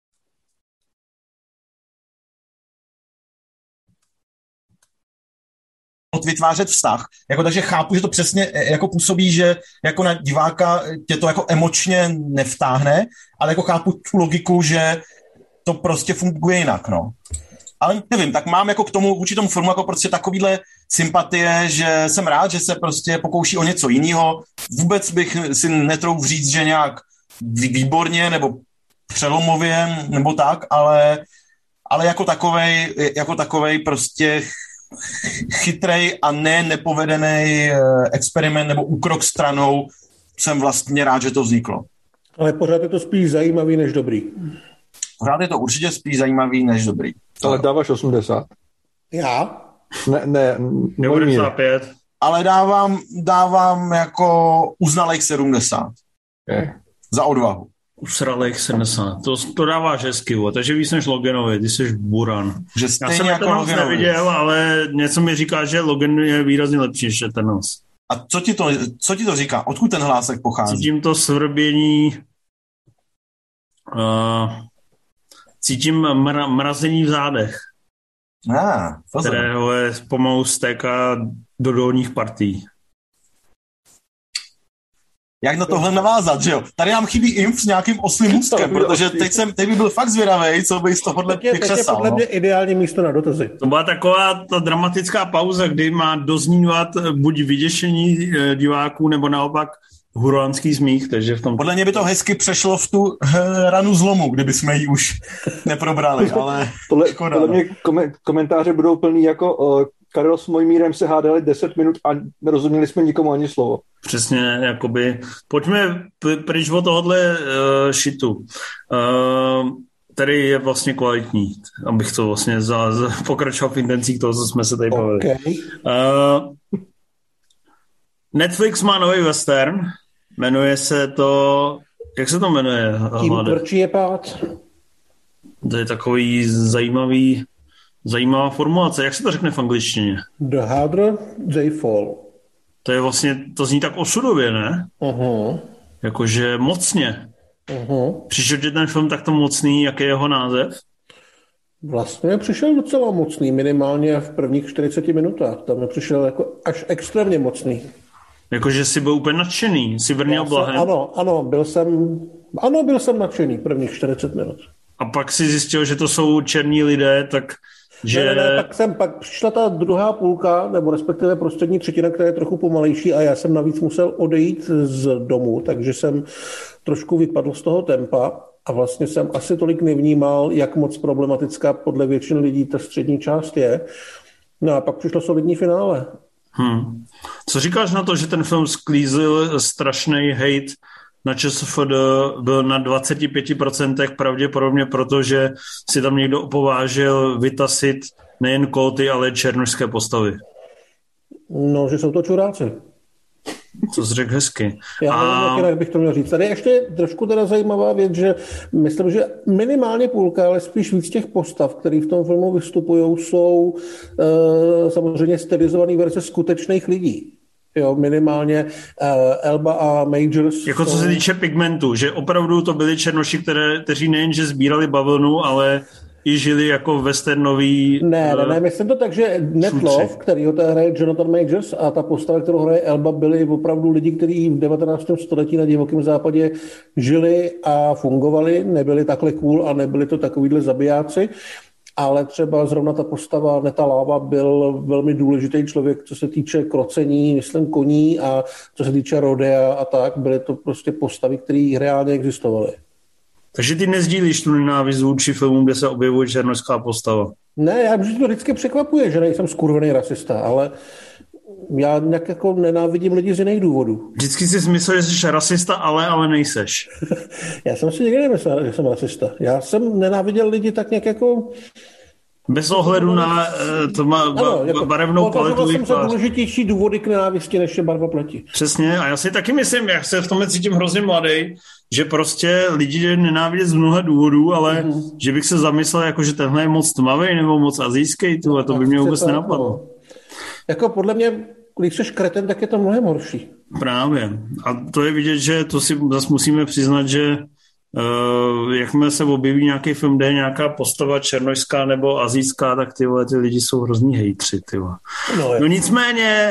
vytvářet vztah. Jako, takže chápu, že to přesně jako působí, že jako na diváka tě to jako emočně nevtáhne, ale jako chápu tu logiku, že to prostě funguje jinak, no. Ale nevím, tak mám jako k tomu vůči tomu filmu jako prostě takovýhle sympatie, že jsem rád, že se prostě pokouší o něco jiného. Vůbec bych si netrouf říct, že nějak výborně nebo přelomově nebo tak, ale jako takovej prostě chytrej a nepovedený experiment nebo úkrok stranou jsem vlastně rád, že to vzniklo. Ale pořád je to spíš zajímavý než dobrý. Pořád je to určitě spíš zajímavý než dobrý. Ale dáváš 80. Já? Ne. 95. Ale dávám jako uznalých 70. Okay. Za odvahu. Usralých 70. To dáváš hezky, takže víc než Loganovi, ty jsi buran. Že já jsem jako Eternals neviděl, ale něco mi říká, že Logan je výrazně lepší než Eternals. A co ti to říká? Odkud ten hlásek pochází? Cítím to svrbění, cítím mrazení v zádech, kterého je pomalu stéká do dolních partí. Jak na tohle navázat, že jo? Tady nám chybí Imp s nějakým oslým můstkem, protože teď by byl fakt zvědavej, co by z tohohle vykřesal. Podle mě ideální místo na dotazy. To byla taková ta dramatická pauza, kdy má doznívat buď vyděšení diváků, nebo naopak huránský smích, takže v tom... Podle mě by to hezky přešlo v tu ranu zlomu, kdyby jsme ji už neprobrali, ale... Podle mě komentáře budou plný jako... Karel s Mojmírem se hádali 10 minut a nerozuměli jsme nikomu ani slovo. Přesně, jakoby, pojďme pryč od tohohle shitu, který je vlastně kvalitní, abych to vlastně pokračoval v intencích toho, co jsme se tady bavili. Okay. Netflix má nový western, jmenuje se to, jak se to jmenuje? Tím tvrdší je pád. To je takový zajímavá formulace. Jak se to řekne v angličtině? The harder they fall. To je vlastně, to zní tak osudově, ne? Uh-huh. Jakože mocně. Uh-huh. Přišel ti ten film takto mocný, jaký je jeho název? Vlastně přišel docela mocný, minimálně v prvních 40 minutách. Tam mi přišel jako až extrémně mocný. Jakože jsi byl úplně nadšený, jsi vrněl blahem. Ano, byl jsem nadšený prvních 40 minut. A pak si zjistil, že to jsou černí lidé, tak že... Ne, pak přišla ta druhá půlka, nebo respektive prostřední třetina, která je trochu pomalejší a já jsem navíc musel odejít z domu, takže jsem trošku vypadl z toho tempa a vlastně jsem asi tolik nevnímal, jak moc problematická podle většiny lidí ta střední část je. No a pak přišlo solidní finále. Co říkáš na to, že ten film sklízil strašný hejt na ČSFD, byl na 25% pravděpodobně, protože si tam někdo opovážil vytasit nejen kóty, ale černošské postavy? No, že jsou to čuráci. To jsi řekl hezky. Já nevím, jak jinak bych to měl říct. Tady ještě trošku teda zajímavá věc, že myslím, že minimálně půlka, ale spíš víc těch postav, které v tom filmu vystupují, jsou samozřejmě stylizované verze skutečných lidí. Jo, minimálně Elba a Majors. Jako co se týče pigmentu, že opravdu to byli černoši, kteří nejenže sbírali bavlnu, ale i žili jako westernový... Ne, myslím to tak, že Ned Love, kterýho tady hraje Jonathan Majors, a ta postava, kterou hraje Elba, byli opravdu lidi, kteří v 19. století na divokém západě žili a fungovali, nebyli takhle cool a nebyli to takovýhle zabijáci, ale třeba zrovna ta postava Neta Lava byl velmi důležitý člověk, co se týče krocení, myslím, koní a co se týče rodea a tak, byly to prostě postavy, které reálně existovaly. Takže ty nezdílíš tu nenávist vůči filmům, kde se objevuje černošská postava? Ne, já mě to vždycky překvapuje, že nejsem skurvený rasista, ale já nějak jako nenávidím lidi z jiných důvodů. Vždycky si myslel, že jsi rasista, ale nejseš. Já jsem si nikdy nemyslel, že jsem rasista. Já jsem nenáviděl lidi tak nějak jako... Bez ohledu na barevnou paletu. Považoval jsem za důležitější důvody k nenávisti, než je barva pleti. Přesně, a já si taky myslím, já se v tomhle cítím hrozně mladý, že prostě lidi nenávidět z mnoha důvodů, ale že bych se zamyslel, jako, že tenhle je moc tmavý nebo moc azijský, to by mě vůbec nenapadlo. Jako podle mě, když jsi kreten, tak je to mnohem horší. Právě. A to je vidět, že to si zase musíme přiznat, že jakmile se objeví nějaký film, kde je nějaká postava černošská nebo azijská, tak ty lidi jsou hrozný hejtři. No nicméně,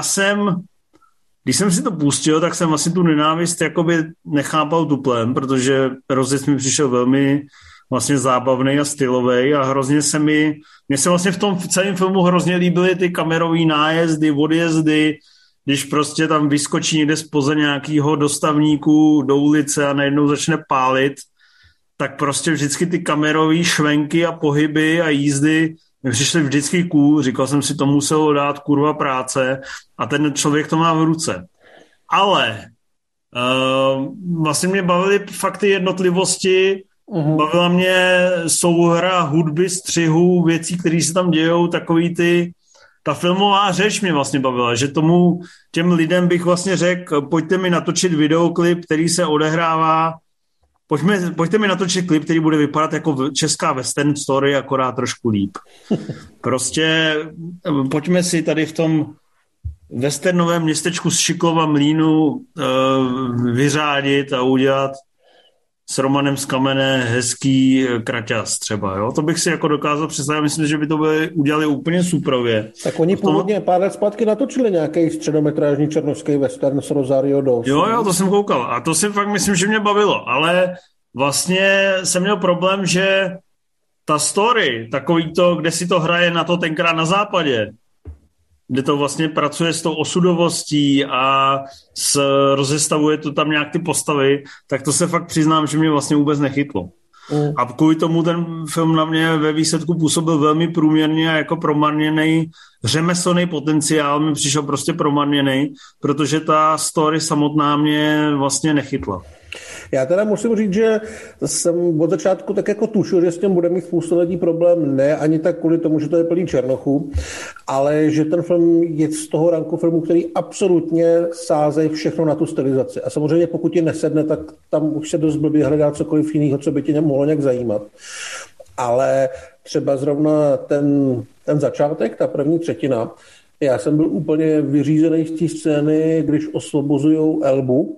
když jsem si to pustil, tak jsem vlastně tu nenávist jakoby nechápal tuplem, protože rozjezd mi přišel velmi vlastně zábavný a stylový a hrozně mně se vlastně v tom celém filmu hrozně líbily ty kamerový nájezdy, odjezdy, když prostě tam vyskočí někde spoza nějakého dostavníku do ulice a najednou začne pálit, tak prostě vždycky ty kamerové švenky a pohyby a jízdy mi přišly vždycky cool. Říkal jsem si, to muselo dát kurva práce a ten člověk to má v ruce. Ale vlastně mě bavily fakt ty jednotlivosti, bavila mě souhra hudby, střihů, věcí, které se tam dějou, takový ta filmová řeč mě vlastně bavila, že těm lidem bych vlastně řekl, pojďte mi natočit videoklip, který se odehrává, pojďte mi natočit klip, který bude vypadat jako česká western story, akorát trošku líp. Prostě pojďme si tady v tom westernovém městečku z Šiklova Mlýnu vyřádit a udělat s Romanem z Kamene hezký kraťas třeba, jo? To bych si jako dokázal představit, myslím, že by to udělali úplně suprově. Tak oni původně pár let zpátky natočili nějaký středometrážní černošský western s Rosario Dawson. Jo, to jsem koukal a to si fakt myslím, že mě bavilo, ale vlastně jsem měl problém, že ta story, takový to, kde si to hraje na to tenkrát na západě, kde to vlastně pracuje s tou osudovostí a rozestavuje to tam nějak ty postavy, tak to se fakt přiznám, že mě vlastně vůbec nechytlo. A kvůli tomu ten film na mě ve výsledku působil velmi průměrně a jako promarněný řemeslný potenciál mi přišel prostě promarněný, protože ta story samotná mě vlastně nechytla. Já teda musím říct, že jsem od začátku tak jako tušil, že s tím bude mít spousta lidí problém, ne ani tak kvůli tomu, že to je plný černochů, ale že ten film je z toho ranku filmu, který absolutně sázejí všechno na tu stylizaci. A samozřejmě pokud ti nesedne, tak tam už se dost blbě hledá cokoliv jiného, co by tě mohlo nějak zajímat. Ale třeba zrovna ten začátek, ta první třetina, já jsem byl úplně vyřízený z té scény, když osvobozujou Elbu,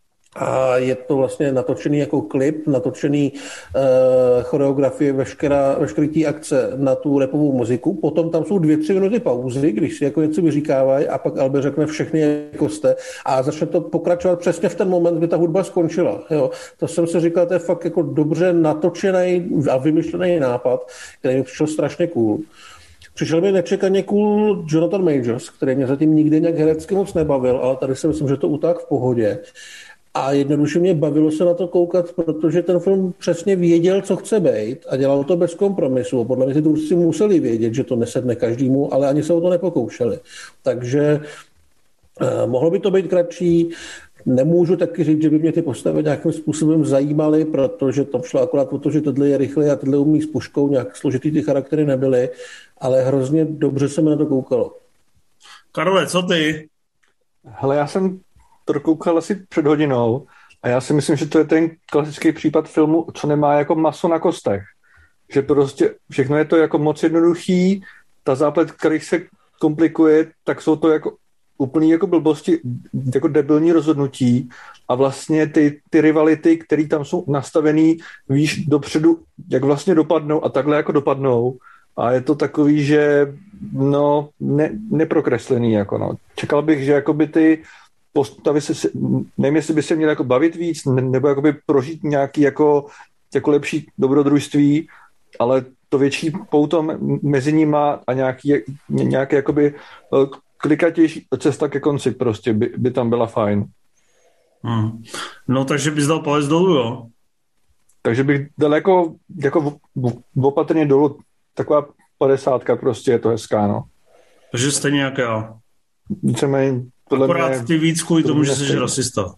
a je to vlastně natočený jako klip, natočený choreografie, veškerý té akce na tu rapovou muziku. Potom tam jsou 2-3 minuty pauzy, když si jako něco vyříkávají a pak Albe řekne všechny jako jste a začne to pokračovat přesně v ten moment, kdy ta hudba skončila. Jo. To jsem si říkal, to je fakt jako dobře natočený a vymyšlený nápad, který mi přišel strašně cool. Přišel mi nečekaně cool Jonathan Majors, který mě zatím nikdy nějak herecky moc nebavil, ale tady si myslím, že to utáhl v pohodě. A jednoduše mě bavilo se na to koukat, protože ten film přesně věděl, co chce být a dělal to bez kompromisu. Podle mě ty tvůrci museli vědět, že to nesedne každému, ale ani se o to nepokoušeli. Takže mohlo by to být kratší. Nemůžu taky říct, že by mě ty postavy nějakým způsobem zajímaly, protože to šlo akorát o to, že tohle je rychle a tohle umí s puškou, nějak složitý ty charaktery nebyly, ale hrozně dobře se mi na to koukalo. Karle, co ty? Hele, já jsem to dokoukal asi před hodinou a já si myslím, že to je ten klasický případ filmu, co nemá jako maso na kostech. Že prostě všechno je to jako moc jednoduchý, ta záplet, kterých se komplikuje, tak jsou to jako úplný jako blbosti, jako debilní rozhodnutí a vlastně ty rivality, které tam jsou nastavený, víš dopředu, jak vlastně dopadnou a takhle jako dopadnou a je to takový, že no neprokreslený jako no. Čekal bych, že jakoby ty postavy nevím, jestli by se měly jako bavit víc, nebo jakoby prožít nějaký jako lepší dobrodružství, ale to větší pouto mezi nima a nějaký jakoby klikatější cesta ke konci prostě by tam byla fajn. No, takže bys dal palec dolů, jo? Takže bych dal jako opatrně dolů, taková 50 prostě je to hezká, no. Takže stejně jak já. Víceméně akorát ty víc kvůli tomu, že jsi rasista.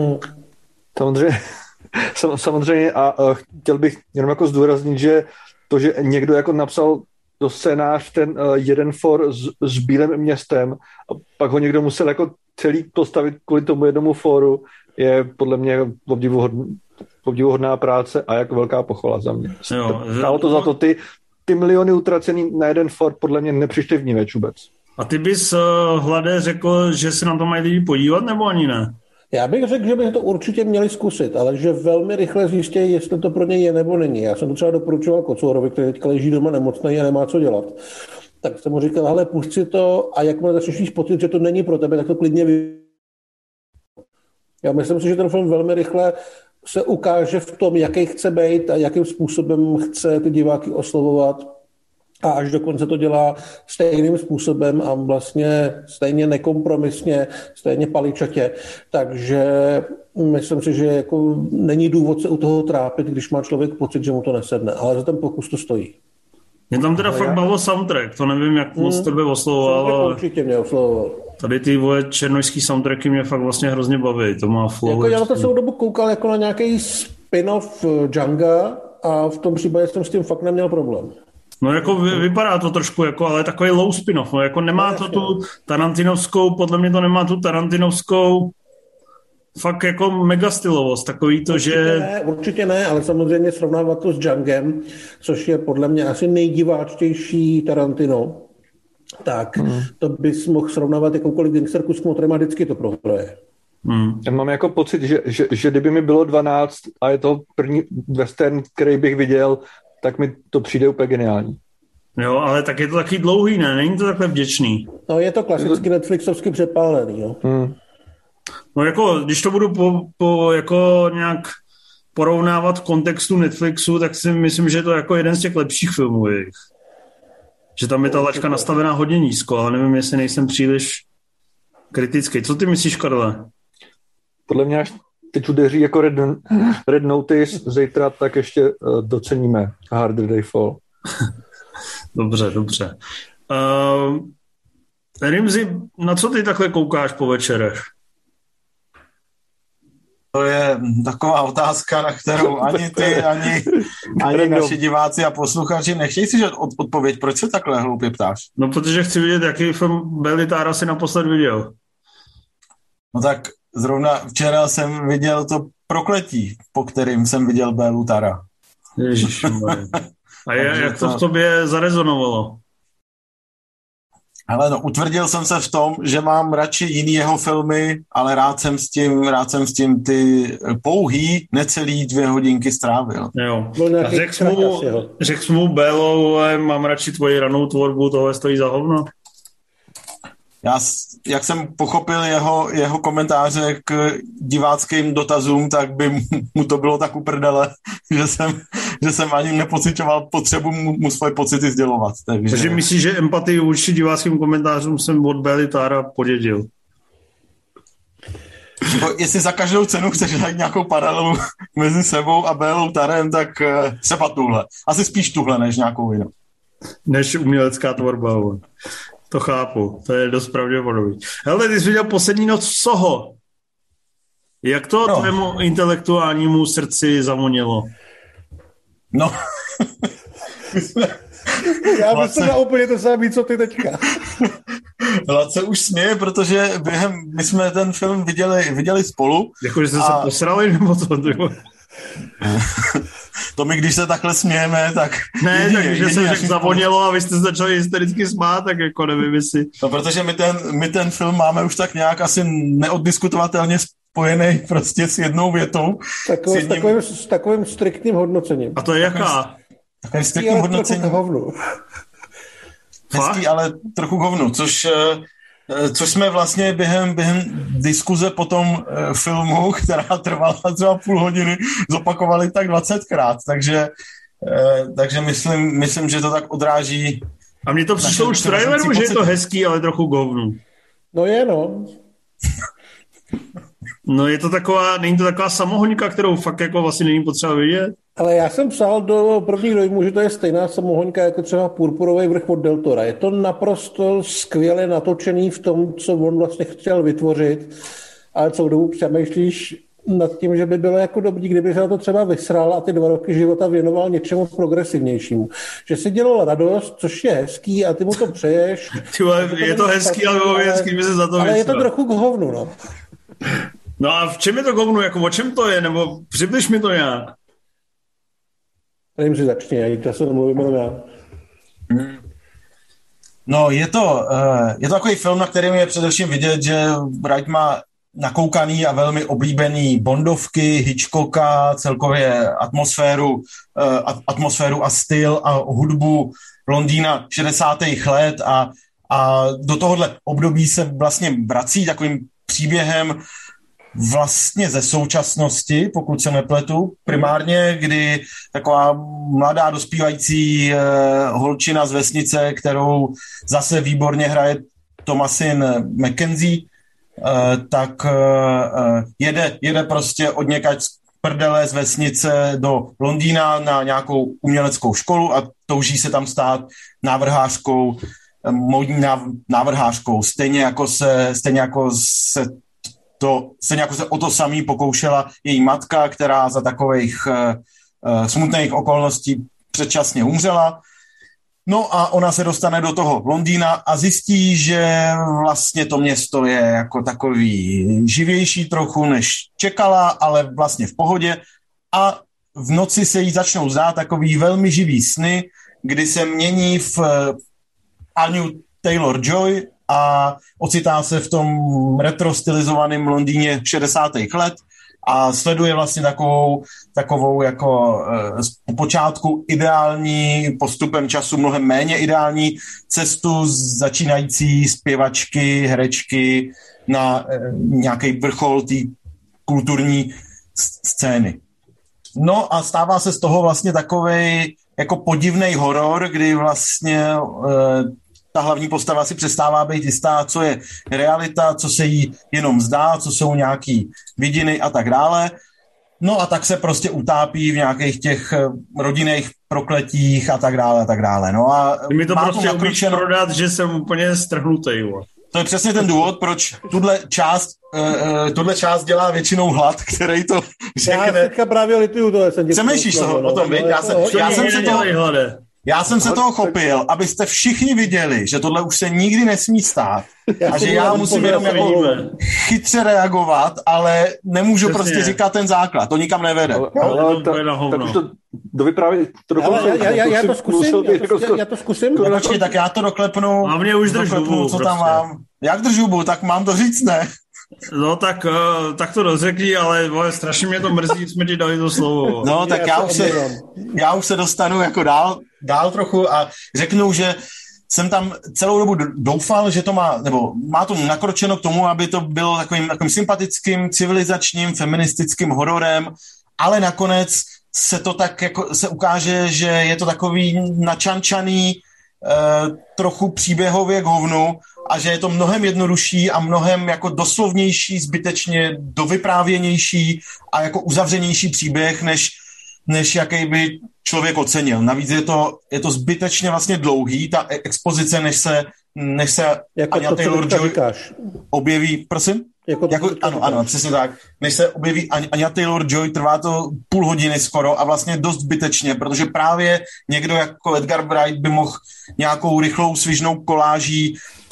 Samozřejmě a chtěl bych jenom jako zdůraznit, že to, že někdo jako napsal do scénář ten jeden for s Bílým městem a pak ho někdo musel jako celý postavit kvůli tomu jednomu foru, je podle mě obdivuhodná práce a jako velká pochvala za mě. Stálo to za to, ty miliony utracený na jeden for podle mě nepřišly vníveč vůbec. A ty bys, Hlade, řekl, že se na to mají lidi podívat, nebo ani ne? Já bych řekl, že by to určitě měli zkusit, ale že velmi rychle zjistějí, jestli to pro něj je nebo není. Já jsem to třeba doporučoval Kocourovi, který teďka leží doma nemocný a nemá co dělat. Tak jsem mu říkal, hele, pusť si to a jakmile začneš pocit, že to není pro tebe, tak to klidně Já myslím si, že ten film velmi rychle se ukáže v tom, jaký chce být a jakým způsobem chce ty diváky oslovovat. A až dokonce to dělá stejným způsobem a vlastně stejně nekompromisně, stejně paličatě. Takže myslím si, že jako není důvod se u toho trápit, když má člověk pocit, že mu to nesedne. Ale za ten pokus to stojí. Mě tam teda fakt bavil soundtrack, to nevím, jak moc tebe oslovoval, ale určitě mě oslovoval. Tady ty černojský soundtracky mě fakt vlastně hrozně baví, to má flow. Jako já na to celou dobu koukal jako na nějaký spin-off Django a v tom případě jsem s tím fakt neměl problém. No jako vypadá to trošku, jako, ale takový low spin-off, no, jako nemá to tu tarantinovskou, podle mě to nemá tu tarantinovskou fakt jako mega stylovost, takový to, Určitě ne, ale samozřejmě srovnávat to s Djangem, což je podle mě asi nejdiváčtější Tarantino, tak to bys mohl srovnávat jakoukoliv gangsterku s kmotrem a vždycky to prohraje. Já mám jako pocit, že kdyby mi bylo 12 a je to první western, který bych viděl, tak mi to přijde úplně geniální. Jo, ale tak je to taky dlouhý, ne? Není to takhle vděčný. No je to klasicky Netflixovsky přepálený, jo. No jako, když to budu jako nějak porovnávat v kontextu Netflixu, tak si myslím, že je to jako jeden z těch lepších filmů jejich. Že tam je ta laťka nastavená hodně nízko, ale nevím, jestli nejsem příliš kritický. Co ty myslíš, Karle? Podle mě až teď udeří jako Red Notice zítra, tak ještě doceníme Harder Day Fall. Dobře. Rimzi, na co ty takhle koukáš po večerech? To je taková otázka, na kterou ani ty, ani naši diváci a posluchači nechtějí si odpověď. Proč se takhle hloupě ptáš? No, protože chci vidět, jaký film Belitára si naposled viděl. No tak zrovna včera jsem viděl to Prokletí, po kterým jsem viděl Belutara. Ježišmarja. A jak to v tobě zarezonovalo? Hele, no, utvrdil jsem se v tom, že mám radši jiný jeho filmy, ale rád jsem s tím ty pouhý necelý 2 hodinky strávil. Jo. A řekl mu Bélo, mám radši tvoji ranou tvorbu, tohle stojí za hovno? Jak jsem pochopil jeho komentáře k diváckým dotazům, tak by mu to bylo tak uprdele, že jsem ani nepocitoval potřebu mu svoje pocity sdělovat. Takže myslíš, že empatii vůči diváckým komentářům jsem od Belitára podědil? Jestli za každou cenu chceš najít nějakou paralelu mezi sebou a Belloutarem, tak třeba tuhle. Asi spíš tuhle, než nějakou jinou. Než umělecká tvorba. To chápu, to je dost pravděpodobný. Hele, ty jsi viděl Poslední noc v Soho. Jak to tvému intelektuálnímu srdci zavonilo? No. Já myslím na úplně to samé, co ty teďka. Lace už směje, protože my jsme ten film viděli spolu. Jako, že jste se posrali, nebo co? To my, když se takhle smějeme, tak... Ne, takže se řekl zavonilo a vy jste začali hystericky smát, tak jako nevím, jestli... No, protože my ten film máme už tak nějak asi neoddiskutovatelně spojený prostě s jednou větou. S takovým striktním hodnocením. A to je jaká? Takovým striktním hodnocením. Hezký, ale trochu hovnu, což jsme vlastně během diskuze po tom filmu, která trvala třeba půl hodiny, zopakovali tak 20krát, takže myslím, že to tak odráží. A mně to přišlo už v traileru, že je to hezký, ale trochu hovnu. No je, no. No je to není to taková samohoňka, kterou fakt jako vlastně není potřeba vidět. Ale já jsem psal do prvních dojmů, že to je stejná samohoňka jako třeba Purpurový vrch od Del Tora. Je to naprosto skvěle natočený v tom, co on vlastně chtěl vytvořit, ale celou dobu přemýšlíš nad tím, že by bylo jako dobrý, kdyby se na to třeba vysral a ty 2 roky života věnoval něčemu progresivnějšímu. Že si dělal radost, což je hezký a ty mu to přeješ. Je to hezký, ale hezký by se za to vysral. Ale je to trochu k hovnu, no. No a v čem je to k hovnu? Jako o čem to je? Nebo přibliž mi to nějak. Nevím, že začni, já se nemluvím jenom já. No, je to takový film, na kterém je především vidět, že Wright má nakoukaný a velmi oblíbený Bondovky, Hitchcocka, celkově atmosféru a styl a hudbu Londýna 60. let a do tohohle období se vlastně vrací takovým příběhem vlastně ze současnosti, pokud se nepletu, primárně, kdy taková mladá dospívající holčina z vesnice, kterou zase výborně hraje Thomasin McKenzie, tak jede prostě odněkať z prdele z vesnice do Londýna na nějakou uměleckou školu a touží se tam stát návrhářkou, módní návrhářkou. Stejně jako se o to samý pokoušela její matka, která za takových smutných okolností předčasně umřela. No a ona se dostane do toho Londýna a zjistí, že vlastně to město je jako takový živější trochu, než čekala, ale vlastně v pohodě. A v noci se jí začnou zdát takový velmi živý sny, kdy se mění v Anu Taylor-Joy a ocitá se v tom retrostylizovaném Londýně 60. let a sleduje vlastně takovou jako po počátku ideální, postupem času mnohem méně ideální cestu začínající zpěvačky, herečky na nějaký vrchol té kulturní scény. No a stává se z toho vlastně takovej jako podivnej horor, kdy vlastně ta hlavní postava si přestává být jistá, co je realita, co se jí jenom zdá, co jsou nějaký vidiny a tak dále. No a tak se prostě utápí v nějakých těch rodinných prokletích a tak dále a tak dále. No a mi to prostě umíš prodat, že jsem úplně strhnutý. To je přesně ten důvod, proč tuhle část dělá většinou hlad, který to řekne. Já teďka právě lituju tohle. Přemýšlíš o tom, viď? Já jsem se toho chopil, abyste všichni viděli, že tohle už se nikdy nesmí stát a že já musím jenom jako chytře reagovat, ale nemůžu prostě říkat ten základ, to nikam nevede. Tak už to dovyprávět, to dokonce. Já to zkusím. Počkej, tak já to doklepnu. A mě už držu, co tam mám. Jak držu, tak mám to říct, ne? No tak to rozřekni, ale strašně mě to mrzí, jsme ti dali to slovo. No tak já už se dostanu jako dál trochu a řeknu, že jsem tam celou dobu doufal, že to má to nakročeno k tomu, aby to bylo takovým sympatickým, civilizačním, feministickým hororem, ale nakonec se to tak jako se ukáže, že je to takový načančaný, trochu příběhově k hovnu a že je to mnohem jednodušší a mnohem jako doslovnější, zbytečně dovyprávěnější a jako uzavřenější příběh, než jaký by člověk ocenil. Navíc je to zbytečně vlastně dlouhý, ta expozice, než se jako Anya Taylor-Joy objeví, prosím? Ano, přesně tak. Než se objeví Anya Taylor-Joy, trvá to půl hodiny skoro a vlastně dost zbytečně, protože právě někdo jako Edgar Wright by mohl nějakou rychlou svižnou koláží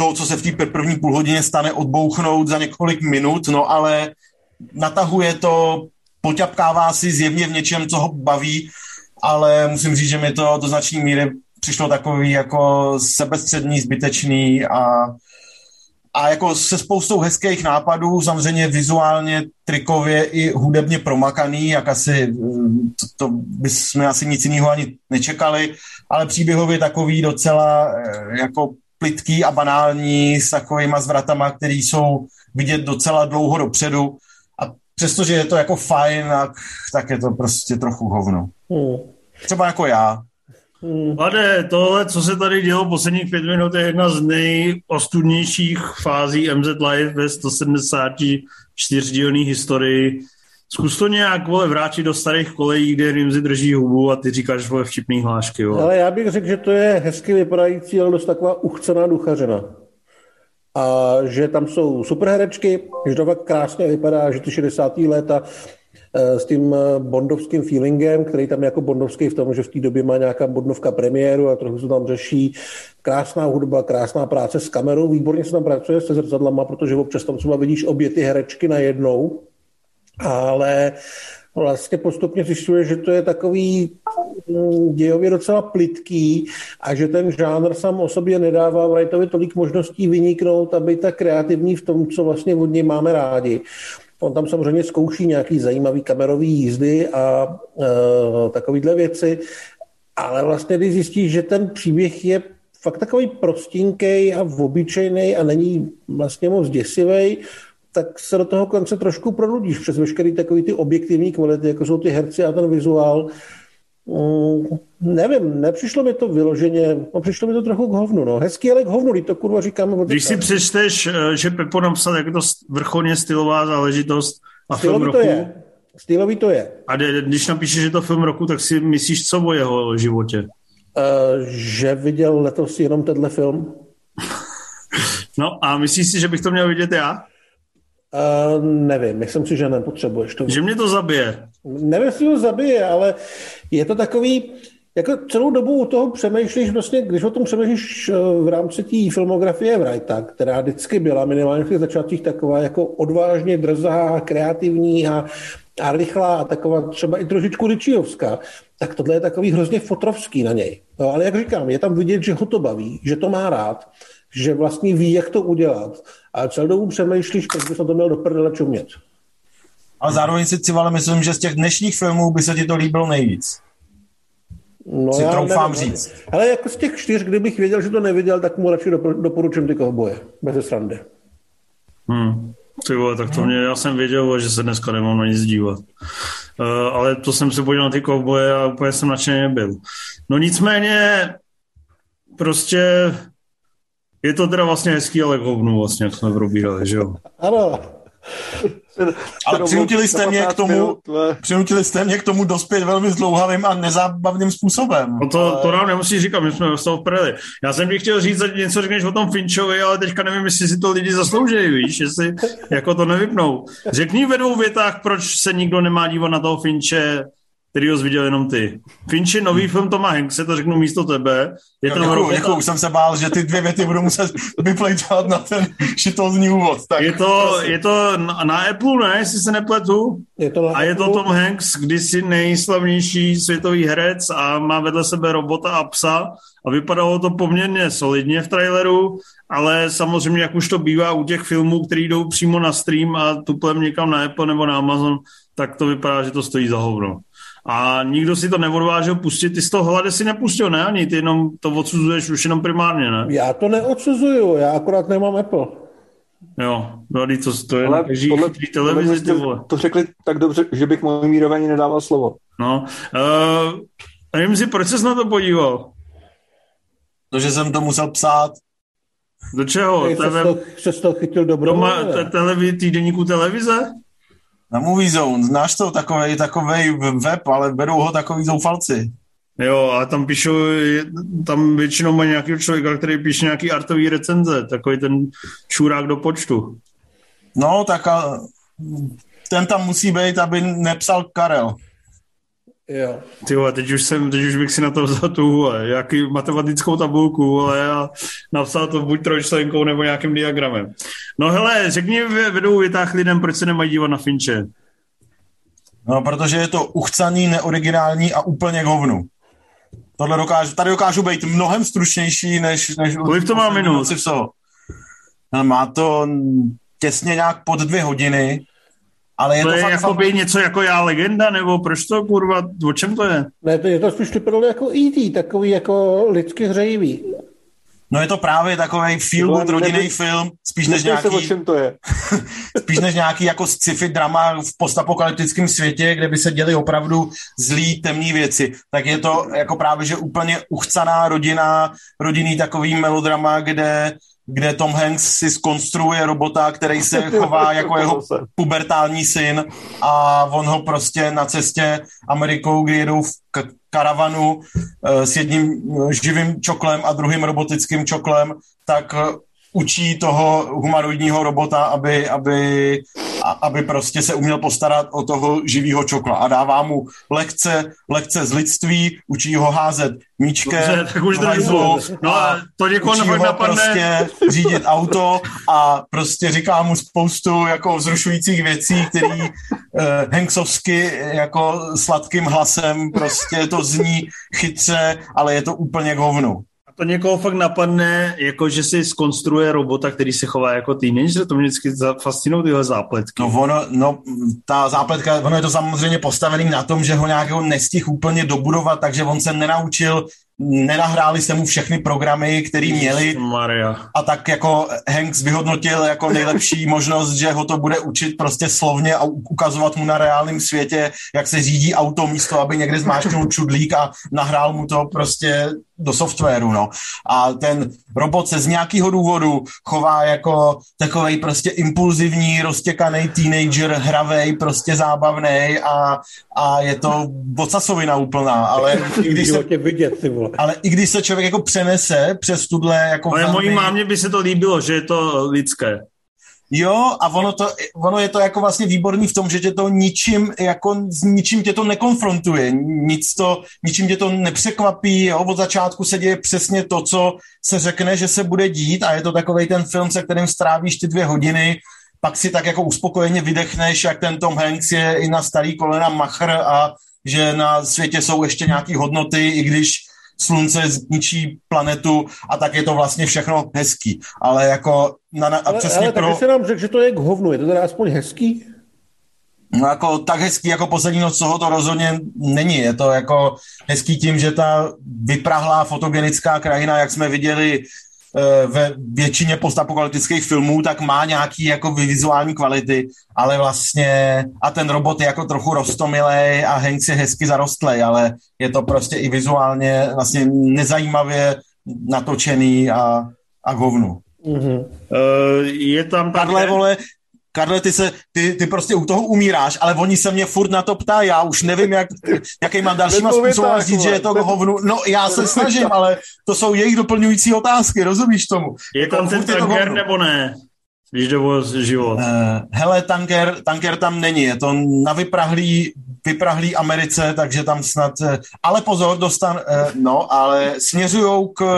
to, co se v té první půlhodině stane, odbouchnout za několik minut, no ale natahuje to, poťapkává si zjevně v něčem, co ho baví, ale musím říct, že mi to do značné míry přišlo takový jako sebestřední, zbytečný a jako se spoustou hezkých nápadů, samozřejmě vizuálně, trikově i hudebně promakaný, jak asi to bychom asi nic jiného ani nečekali, ale příběhově takový docela jako plytký a banální s takovýma zvratama, který jsou vidět docela dlouho dopředu a přestože je to jako fajn, tak je to prostě trochu hovno. Třeba jako já. Mladé, tohle, co se tady dělo posledních 5 minut, je jedna z nejostudnějších fází MZ Live ve 174-dílné historii. Zkus to nějak, vrátit do starých kolejí, kde Rimzi drží hubu a ty říkáš vtipný hlášky. Ale já bych řekl, že to je hezky vypadající, ale dost taková uchcená duchařina. A že tam jsou superherečky, že to fakt krásně vypadá, že ty 60. léta s tím bondovským feelingem, který tam je jako bondovský v tom, že v té době má nějaká bondovka premiéru a trochu se tam řeší. Krásná hudba, krásná práce s kamerou, výborně se tam pracuje se zrcadlama, protože občas tam třeba vidíš obě ty herečky najednou, ale vlastně postupně zjišťuje, že to je takový dějově docela plytký a že ten žánr sám o sobě nedává Wrightovi tolik možností vyniknout a být tak kreativní v tom, co vlastně od něj máme rádi. On tam samozřejmě zkouší nějaký zajímavý kamerový jízdy a takovýhle věci, ale vlastně když zjistíš, že ten příběh je fakt takový prostinkej a obyčejnej a není vlastně moc děsivej, tak se do toho konce trošku pronudíš přes veškerý takový ty objektivní kvality, jako jsou ty herci a ten vizuál. Nevím, nepřišlo mi to vyloženě, přišlo mi to trochu k hovnu, no. Hezký, ale k hovnu, když to kurva říkáme. Když si přečteš, že Pepo napsal, jak je to vrcholně stylová záležitost a film roku. Stylový to je. A když napíšeš, že to film roku, tak si myslíš co o jeho životě? Že viděl letos jenom tenhle film. No a myslíš si, že bych to měl vidět já? Nevím, myslím si, že nepotřebuješ to. Že mě to zabije. Nevím, jestli to zabije, ale je to takový, jako celou dobu u toho přemýšlíš, vlastně, když o tom přemýšlíš v rámci té filmografie Wrighta, která vždycky byla minimálně v těch začátcích taková jako odvážně drzá, kreativní a rychlá a taková třeba i trošičku Ritchiovská, tak tohle je takový hrozně fotrovský na něj. No, ale jak říkám, je tam vidět, že ho to baví, že to má rád, že vlastně ví, jak to udělat. A celou dobu přemýšlíš, proč bys na to měl do prdele čumět. Ale zároveň si Civale myslím, že z těch dnešních filmů by se ti to líbilo nejvíc. No si troufám říct. Ale jako z těch 4, kdybych věděl, že to neviděl, tak mu radši doporučím ty Kovboje. Bez srandy. Ty vole, tak to já jsem věděl, že se dneska nemám na nic dívat. Ale to jsem se podíval na ty Kovboje a úplně jsem nadšený nebyl. No nicméně prostě je to teda vlastně hezký, ale k hovnu vlastně, jak jsme probírali, že jo? Ano. Ale přinutili jste mě k tomu dospět velmi zdlouhavým a nezábavným způsobem. No to nám nemusíš říkat, my jsme dostali v prdeli. Já jsem ti chtěl říct, něco řekneš o tom Finchovi, ale teďka nevím, jestli si to lidi zaslouží, víš, jestli jako to nevypnou. Řekni ve 2 větách, proč se nikdo nemá dívat na toho Finche, který ho viděl jenom ty. Finchi, nový film Toma Hankse, to řeknu místo tebe. Děkuju, už jsem se bál, že ty 2 věty budu muset vyplejtovat na ten šitovný úvod. Tak je to na Apple, ne, jestli se nepletu. Je to Tom Hanks, kdysi nejslavnější světový herec a má vedle sebe robota a psa a vypadalo to poměrně solidně v traileru, ale samozřejmě, jak už to bývá u těch filmů, který jdou přímo na stream a tuplem někam na Apple nebo na Amazon, tak to vypadá, že to stojí za hovno. A nikdo si to neodvážil pustit, ty z toho hlade si nepustil, ne? Ani ty jenom to odsuzuješ už jenom primárně, ne? Já to neodsuzuju, já akorát nemám Apple. Jo, to je podle televizi, ty vole. To řekli tak dobře, že bych mojí Mírovi nedával slovo. No, nevím si, proč ses na to podíval? Protože jsem to musel psát. Do čeho? Jsi to chytil dobro? Týdeníku televize? Na Movie Zone, znáš to, takovej web, ale vedou ho takový zoufalci. Jo, a tam většinou má nějaký člověk, který píše nějaký artový recenze, takový ten šurák do počtu. No, tak ten tam musí být, aby nepsal Karel. Jo. Ty vole, teď už bych si na to vzal tu, jaký matematickou tabulku, vole, a napsal to buď trojčlenkou nebo nějakým diagramem. No hele, řekni vedou vytáh lidem, proč se nemají dívat na Finche. No, protože je to uchcaný, neoriginální a úplně k hovnu. Tady dokážu být mnohem stručnější, než kolik to má minut? Má to těsně nějak pod 2 hodiny, ale je to je fakt jakoby něco jako Já legenda, nebo proč to, kurva, o čem to je? Ne, je to spíš vypadalo jako E.T., takový jako lidsky hřejivý. No je to právě takový feel-good rodinný film, spíš než nějaký... o čem to je. Spíš než nějaký jako sci-fi drama v postapokalyptickém světě, kde by se děly opravdu zlý, temný věci. Tak je to jako právě, že úplně uchcaná rodinný takový melodrama, kde Tom Hanks si zkonstruuje robota, který se chová jako jeho pubertální syn a on ho prostě na cestě Amerikou, kdy jedou v karavanu s jedním živým čoklem a druhým robotickým čoklem, tak učí toho humanoidního robota, aby prostě se uměl postarat o toho živýho čokla a dává mu lekce z lidství, učí ho házet míčkem, to někoho učí ho napadne. prostě řídit auto a prostě říká mu spoustu jako vzrušujících věcí, který Hanksovsky jako sladkým hlasem prostě to zní chytře, ale je to úplně k hovnu. To někoho fakt napadne, jako že si zkonstruuje robota, který se chová jako teenager, to mě vždycky fascinují tyhle zápletky. Ta zápletka, ono je to samozřejmě postavený na tom, že ho nějakého nestihl úplně dobudovat, takže on se nenahráli se mu všechny programy, který měli. Maria. A tak jako Hanks vyhodnotil jako nejlepší možnost, že ho to bude učit prostě slovně a ukazovat mu na reálném světě, jak se řídí auto místo, aby někde zmáčknul čudlík a nahrál mu to prostě do softwaru, no. A ten robot se z nějakého důvodu chová jako takovej prostě impulzivní, roztěkaný teenager, hravej, prostě zábavnej a je to vocasovina úplná, ale i když se člověk jako přenese přes tuhle jako ale mojí mámě by se to líbilo, že je to lidské. Jo, a ono je to jako vlastně výborný v tom, že tě to ničím tě to nekonfrontuje, ničím tě to nepřekvapí, jo? Od začátku se děje přesně to, co se řekne, že se bude dít a je to takovej ten film, se kterým strávíš ty 2 hodiny, pak si tak jako uspokojeně vydechneš, jak ten Tom Hanks je i na starý kolena machr a že na světě jsou ještě nějaký hodnoty, i když slunce zničí planetu a tak je to vlastně všechno hezký. Ale jako... Ale taky se nám řekl, že to je k hovnu. Je to teda aspoň hezký? No jako tak hezký jako Poslední noc, co to rozhodně není. Je to jako hezký tím, že ta vyprahlá fotogenická krajina, jak jsme viděli ve většině postapokalyptických filmů, tak má nějaký jako vizuální kvality, ale vlastně a ten robot je jako trochu roztomilej a Hanks je hezky zarostlej, ale je to prostě i vizuálně vlastně nezajímavě natočený a k hovnu. Mm-hmm. Je tam Karle, ty prostě u toho umíráš, ale oni se mě furt na to ptá, já už nevím, jaký mám dalšíma způsobem říct, že je to k hovnu. No, já se snažím, ale to jsou jejich doplňující otázky, rozumíš tomu? Je tam ten tanker nebo ne? Když jde o život. Hele, tanker tam není, je to na vyprahlý Americe, takže tam snad... Ale pozor, ale směřujou k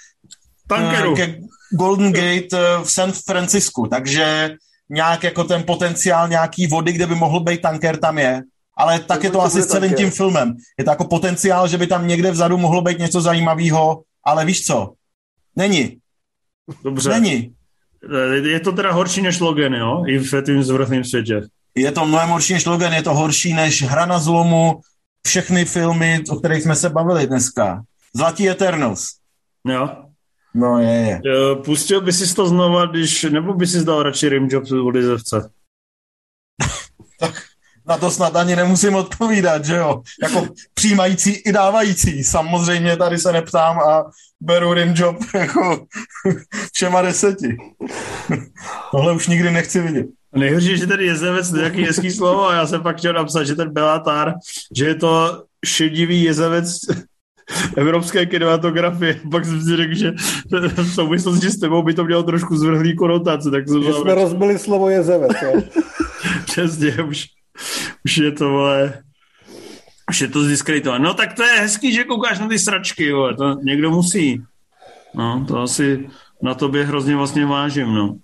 Golden Gate v San Francisku, takže nějak jako ten potenciál nějaký vody, kde by mohl být tanker, tam je. Ale tak je to asi s celým tím filmem. Je to jako potenciál, že by tam někde vzadu mohlo být něco zajímavého, ale víš co? Není. Dobře. Není. Je to teda horší než Logan, jo? I v tím zvrchném světě. Je to mnohem horší než Logan, je to horší než Hra na zlomu, všechny filmy, o kterých jsme se bavili dneska. Zlatý Eternals. Jo. No je. Pustil by si to znova, nebo by si dal radši Rimjob od Lizevce? Tak na to snad ani nemusím odpovídat, že jo? Jako přijímající i dávající. Samozřejmě tady se neptám a beru Rimjob jako všema 10. Tohle už nikdy nechci vidět. Nejhorší, že tady jezevec nějaký hezký slovo a já jsem pak chtěl napsat, že ten Bellatar, že je to šedivý jezevec evropské kinematografie. Pak jsem si řekl, že v souvislosti s tebou by to mělo trošku zvrhlý konotace. Tak že jsme rozbili slovo jezevec, jo? Přesně, už je to, vole. Už je to zdiskreditované. No tak to je hezký, že koukáš na ty sračky, jo. To někdo musí. No, to asi na tobě hrozně vlastně vážím, no.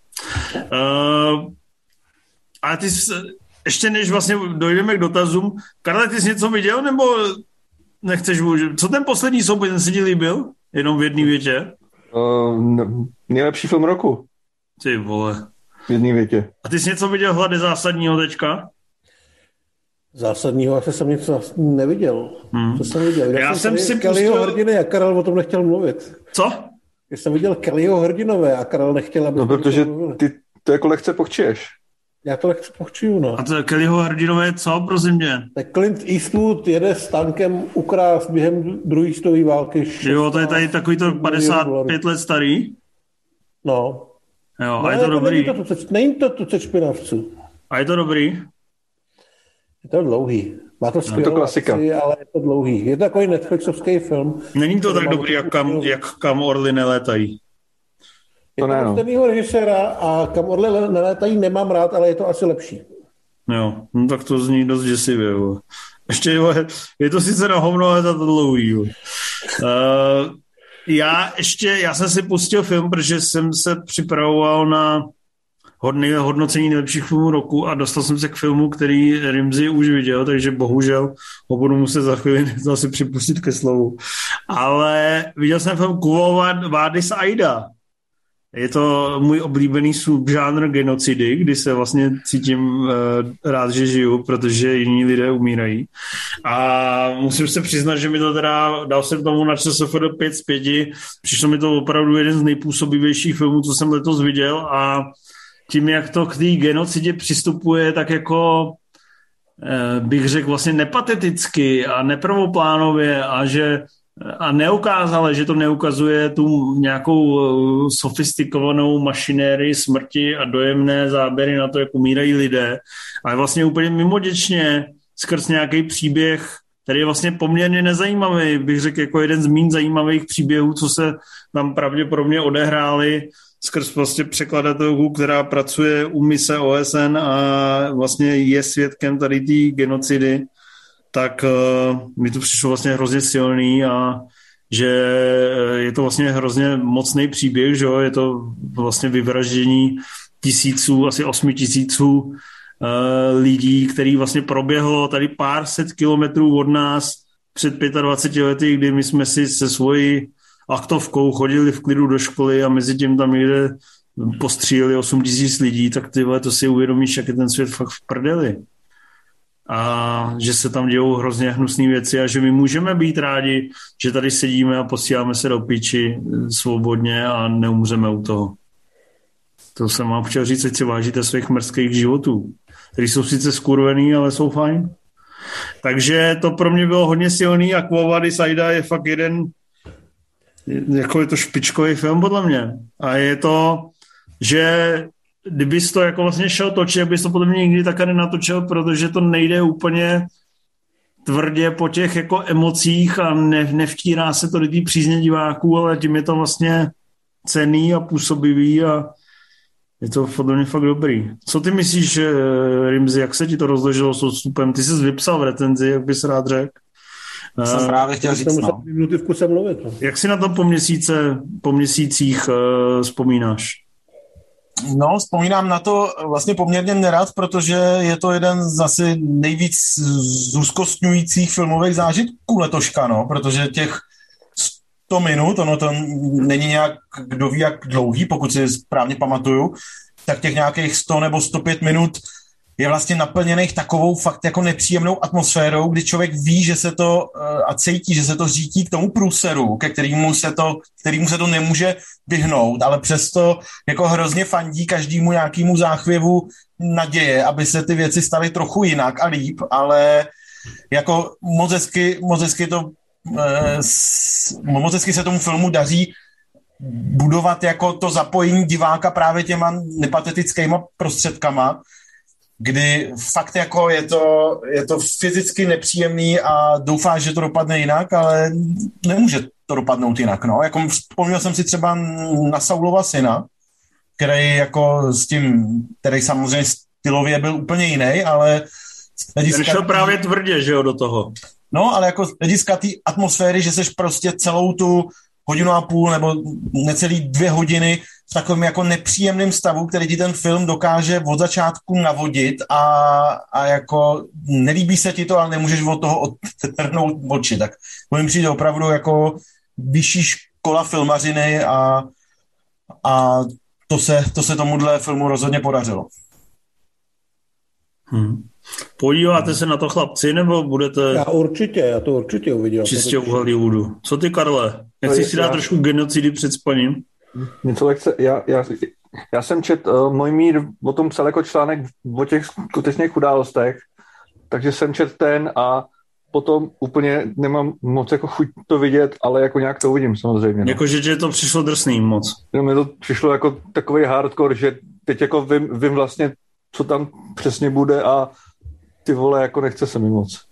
A ty ještě než vlastně dojdeme k dotazům, Karle, ty jsi něco viděl, nebo nechceš? Co ten poslední souboj, ten se ti líbil? Jenom v jedné větě? Nejlepší film roku. Ty vole. V jedné větě. A ty jsi něco viděl hlady zásadního teďka? Zásadního asi jsem nic neviděl. Co jsem viděl? Já jsem si Kellyho hrdiny a Karel o tom nechtěl mluvit. Co? Já jsem viděl Kellyho hrdinové a Karel nechtěl, aby... No, protože ty to jako lehce pochčuješ. Já to lehce pochčuju, no. A to Kellyho hrdinové co, prosím tě? Tak Clint Eastwood jede s tankem ukrást během druhé světové války. Jo, to je tady takový to 55 let starý. No. Jo, a je to dobrý. Není to tucet špinavců. A je to dobrý? Je to dlouhý. Má to skvělou akci, ale je to dlouhý. Je to takový Netflixovský film. Není to tak dobrý, jak Kam orly nelétají. Je to stejnýho režiséra a Kam orly nelétají nemám rád, ale je to asi lepší. Jo, no tak to zní dost děsivě. Jo. Ještě je to sice na hovno, ale to dlouhý. Jo. Já jsem si pustil film, protože jsem se připravoval na hodnocení nejlepších filmů roku a dostal jsem se k filmu, který Rimzi už viděl, takže bohužel ho budu muset za chvíli zase připustit ke slovu. Ale viděl jsem film Quo Vadis Aida. Je to můj oblíbený subžánr genocidy, kdy se vlastně cítím rád, že žiju, protože jiní lidé umírají. A musím se přiznat, že mi to teda, dal jsem tomu na ČSFD 5 z 5, přišlo mi to opravdu jeden z nejpůsobivějších filmů, co jsem letos viděl a tím, jak to k té genocidě přistupuje, tak jako bych řekl vlastně nepateticky a nepravoplánově a neukázale, že to neukazuje tu nějakou sofistikovanou mašinérii smrti a dojemné záběry na to, jak umírají lidé, ale vlastně úplně mimoděčně skrz nějaký příběh, který je vlastně poměrně nezajímavý, bych řekl jako jeden z méně zajímavých příběhů, co se tam pravděpodobně odehrály skrz vlastně překladatelku, která pracuje u mise OSN a vlastně je svědkem tady té genocidy, tak mi to přišlo vlastně hrozně silný a že je to vlastně hrozně mocný příběh, že jo? Je to vlastně vyvraždění asi 8 000 lidí, který vlastně proběhlo tady pár set kilometrů od nás před 25 lety, kdy my jsme si se svojí aktovkou chodili v klidu do školy a mezi tím tam někde postříleli 8 000 lidí, tak ty vole, to si uvědomíš, jak je ten svět fakt v prdeli. A že se tam dějou hrozně hnusné věci a že my můžeme být rádi, že tady sedíme a posíláme se do píči svobodně a neumřeme u toho. To jsem vám chtěl říct, ať si vážíte svých mrzkých životů, který jsou sice skurvený, ale jsou fajn. Takže to pro mě bylo hodně silný a Quo Vadis Aida je fakt jeden, jako je to špičkový film podle mě. A je to, že kdybys to jako vlastně šel točit, bys to podle mě nikdy také nenatočil, protože to nejde úplně tvrdě po těch jako emocích a nevtírá se to do té přízně diváků, ale tím je to vlastně cenný a působivý a je to podle mě fakt dobrý. Co ty myslíš, Rimzi, jak se ti to rozložilo s odstupem? Ty jsi vypsal v recenzi, jak bys rád řekl. Jsem právě chtěl říct, no. Jak si na to po měsících vzpomínáš? No, vzpomínám na to vlastně poměrně nerad, protože je to jeden z asi nejvíc zúzkostňujících filmových zážitků letoška, no, protože těch 100 minut, ono to není nějak, kdo ví jak dlouhý, pokud si správně pamatuju, tak těch nějakých 100 nebo 105 minut je vlastně naplněných takovou fakt jako nepříjemnou atmosférou, kdy člověk ví, že se to a cítí, že se to řítí k tomu průseru, kterému se to nemůže vyhnout, ale přesto jako hrozně fandí každému nějakému záchvěvu naděje, aby se ty věci staly trochu jinak a líp, ale jako moc hezky se tomu filmu daří budovat jako to zapojení diváka právě těma nepatetickýma prostředkama, kdy fakt jako je to fyzicky nepříjemný a doufáš, že to dopadne jinak, ale nemůže to dopadnout jinak. No. Jako vzpomněl jsem si třeba na Saulova syna, který samozřejmě stylově byl úplně jiný, ale... Ten šel právě tvrdě, že jo, do toho. No, ale jako hlediska té atmosféry, že seš prostě celou tu hodinu a půl nebo necelý 2 hodiny v takovém jako nepříjemném stavu, který ti ten film dokáže od začátku navodit a jako nelíbí se ti to, ale nemůžeš od toho odtrhnout oči. Tak budem přijít opravdu jako vyšší škola filmařiny a to se tomuhle filmu rozhodně podařilo. Podíváte se na to, chlapci, nebo budete... Já to určitě uviděl. Čistě u Hollywoodu. Co ty, Karle? Nechceš si dát trošku genocidy před spaním? Něco lehce, já jsem Mojmír o tom psal jako článek o těch skutečných událostech, takže jsem čet ten a potom úplně nemám moc jako chuť to vidět, ale jako nějak to uvidím samozřejmě. No. Jakože že to přišlo drsný moc. No, mi to přišlo jako takový hardcore, že teď jako vím vlastně, co tam přesně bude a ty vole, jako nechce se mi moc.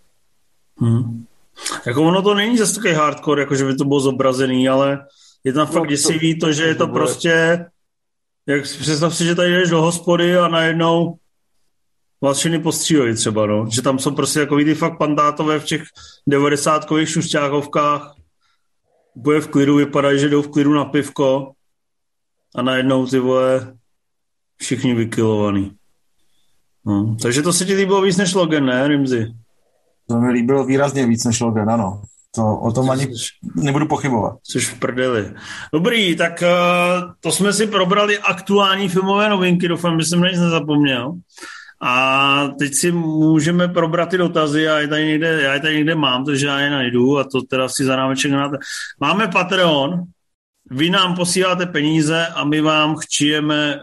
Jako ono to není zase takový hardcore, jakože by to bylo zobrazený, ale je tam fakt děsivý to, že je to prostě, jak představ si, že tady jdeš do hospody a najednou vás všechny postřílejí třeba, no. Že tam jsou prostě takový ty fakt pandátové v těch 90kových šušťákovkách, bude v klidu, vypadají, že jdou v klidu na pivko a najednou ty vole všichni vykilovaný. No. Takže to se ti líbilo víc než Logan, ne, Rimzi? To mi líbilo výrazně víc než Logan, ano. To o tom ani nebudu pochybovat. Což v prdeli. Dobrý, tak to jsme si probrali aktuální filmové novinky, doufám, že jsem na nic nezapomněl. A teď si můžeme probrat ty dotazy a já je tady někde mám, takže já je najdu a to teda si za námeček náte. Máme Patreon, vy nám posíláte peníze a my vám chčijeme...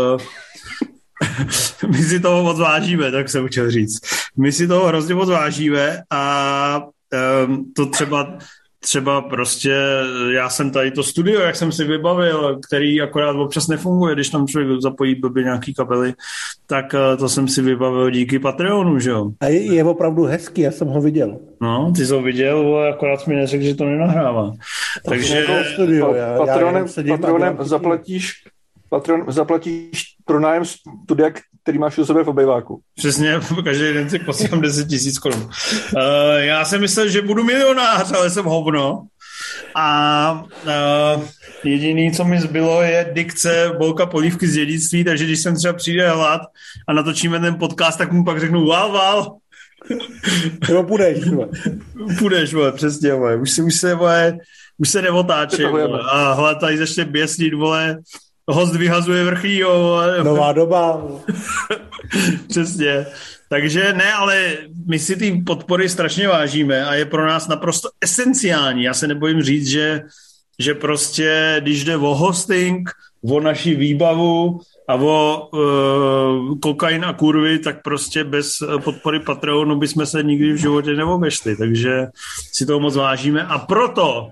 my si toho moc vážíme, tak jsem chtěl říct. My si toho hrozně moc vážíme a to třeba prostě, já jsem tady to studio, jak jsem si vybavil, který akorát občas nefunguje, když tam člověk zapojí blbě nějaký kabely, tak to jsem si vybavil díky Patreonu, že jo. A je opravdu hezký, já jsem ho viděl. No, ty jsi ho viděl, akorát jsi mi neřekl, že to nenahrává. Takže Patronem zaplatíš pronájem studia, který máš u sebe v obejváku. Přesně, každý den si posílám 10 000 korun. Já jsem myslel, že budu milionář, ale jsem hovno. A jediný, co mi zbylo, je dikce Bolka Polívky z dědictví, takže když jsem třeba přijde hlad a natočíme ten podcast, tak mu pak řeknu val. Jo, Půjdeš, vole, přesně, vole. Už se neotáčí, a hlad tady začne běsnit, vole. Host vyhazuje vrchlího. Nová doba. Přesně. Takže ne, ale my si ty podpory strašně vážíme a je pro nás naprosto esenciální. Já se nebojím říct, že prostě, když jde o hosting, o naši výbavu a o kokain a kurvy, tak prostě bez podpory Patreonu bychom se nikdy v životě neobešli. Takže si toho moc vážíme a proto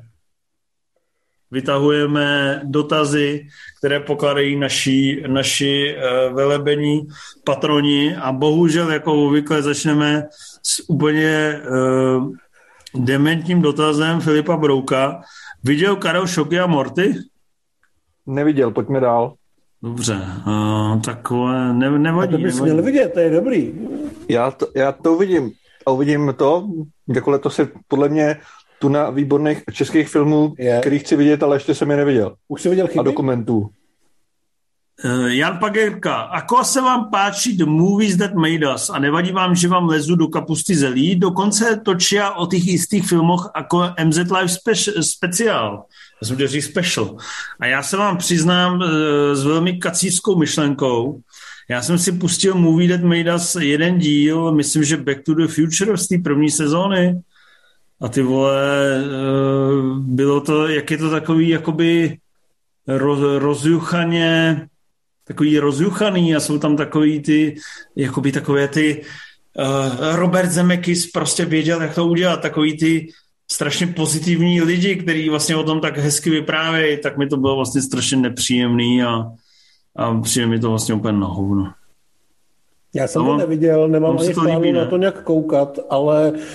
vytahujeme dotazy, které pokladají naši velebení patroni a bohužel, jako obvykle, začneme s úplně dementním dotazem Filipa Brouka. Viděl Karel Šoky a Morty? Neviděl, pojďme dál. Dobře, takové nevadí. To bys měl vidět, to je dobrý. Já to uvidím. A uvidím to, jako letos se podle mě tu na výborných českých filmů, který chci vidět, ale ještě jsem je neviděl. Už jsi viděl chyby? A dokumentů. Jan Pagerka, ako se vám páči The Movies That Made Us a nevadí vám, že vám lezu do kapusty zelí? Dokonce točia o těch jistých filmoch jako MZ Live Special. Já jsem chtěl říct Special. A já se vám přiznám s velmi kacířskou myšlenkou. Já jsem si pustil Movie That Made Us jeden díl, myslím, že Back to the Future z té první sezóny. A ty vole, bylo to, jak je to takový jakoby rozjuchaně, takový rozjuchaný a jsou tam takový ty, jakoby takové ty Robert Zemeckis prostě věděl, jak to udělat, takový ty strašně pozitivní lidi, kteří vlastně o tom tak hezky vyprávějí, tak mi to bylo vlastně strašně nepříjemný a přijde mi to vlastně úplně na hovno. Já jsem to neviděl, nemám ani plánu na to nějak koukat, ale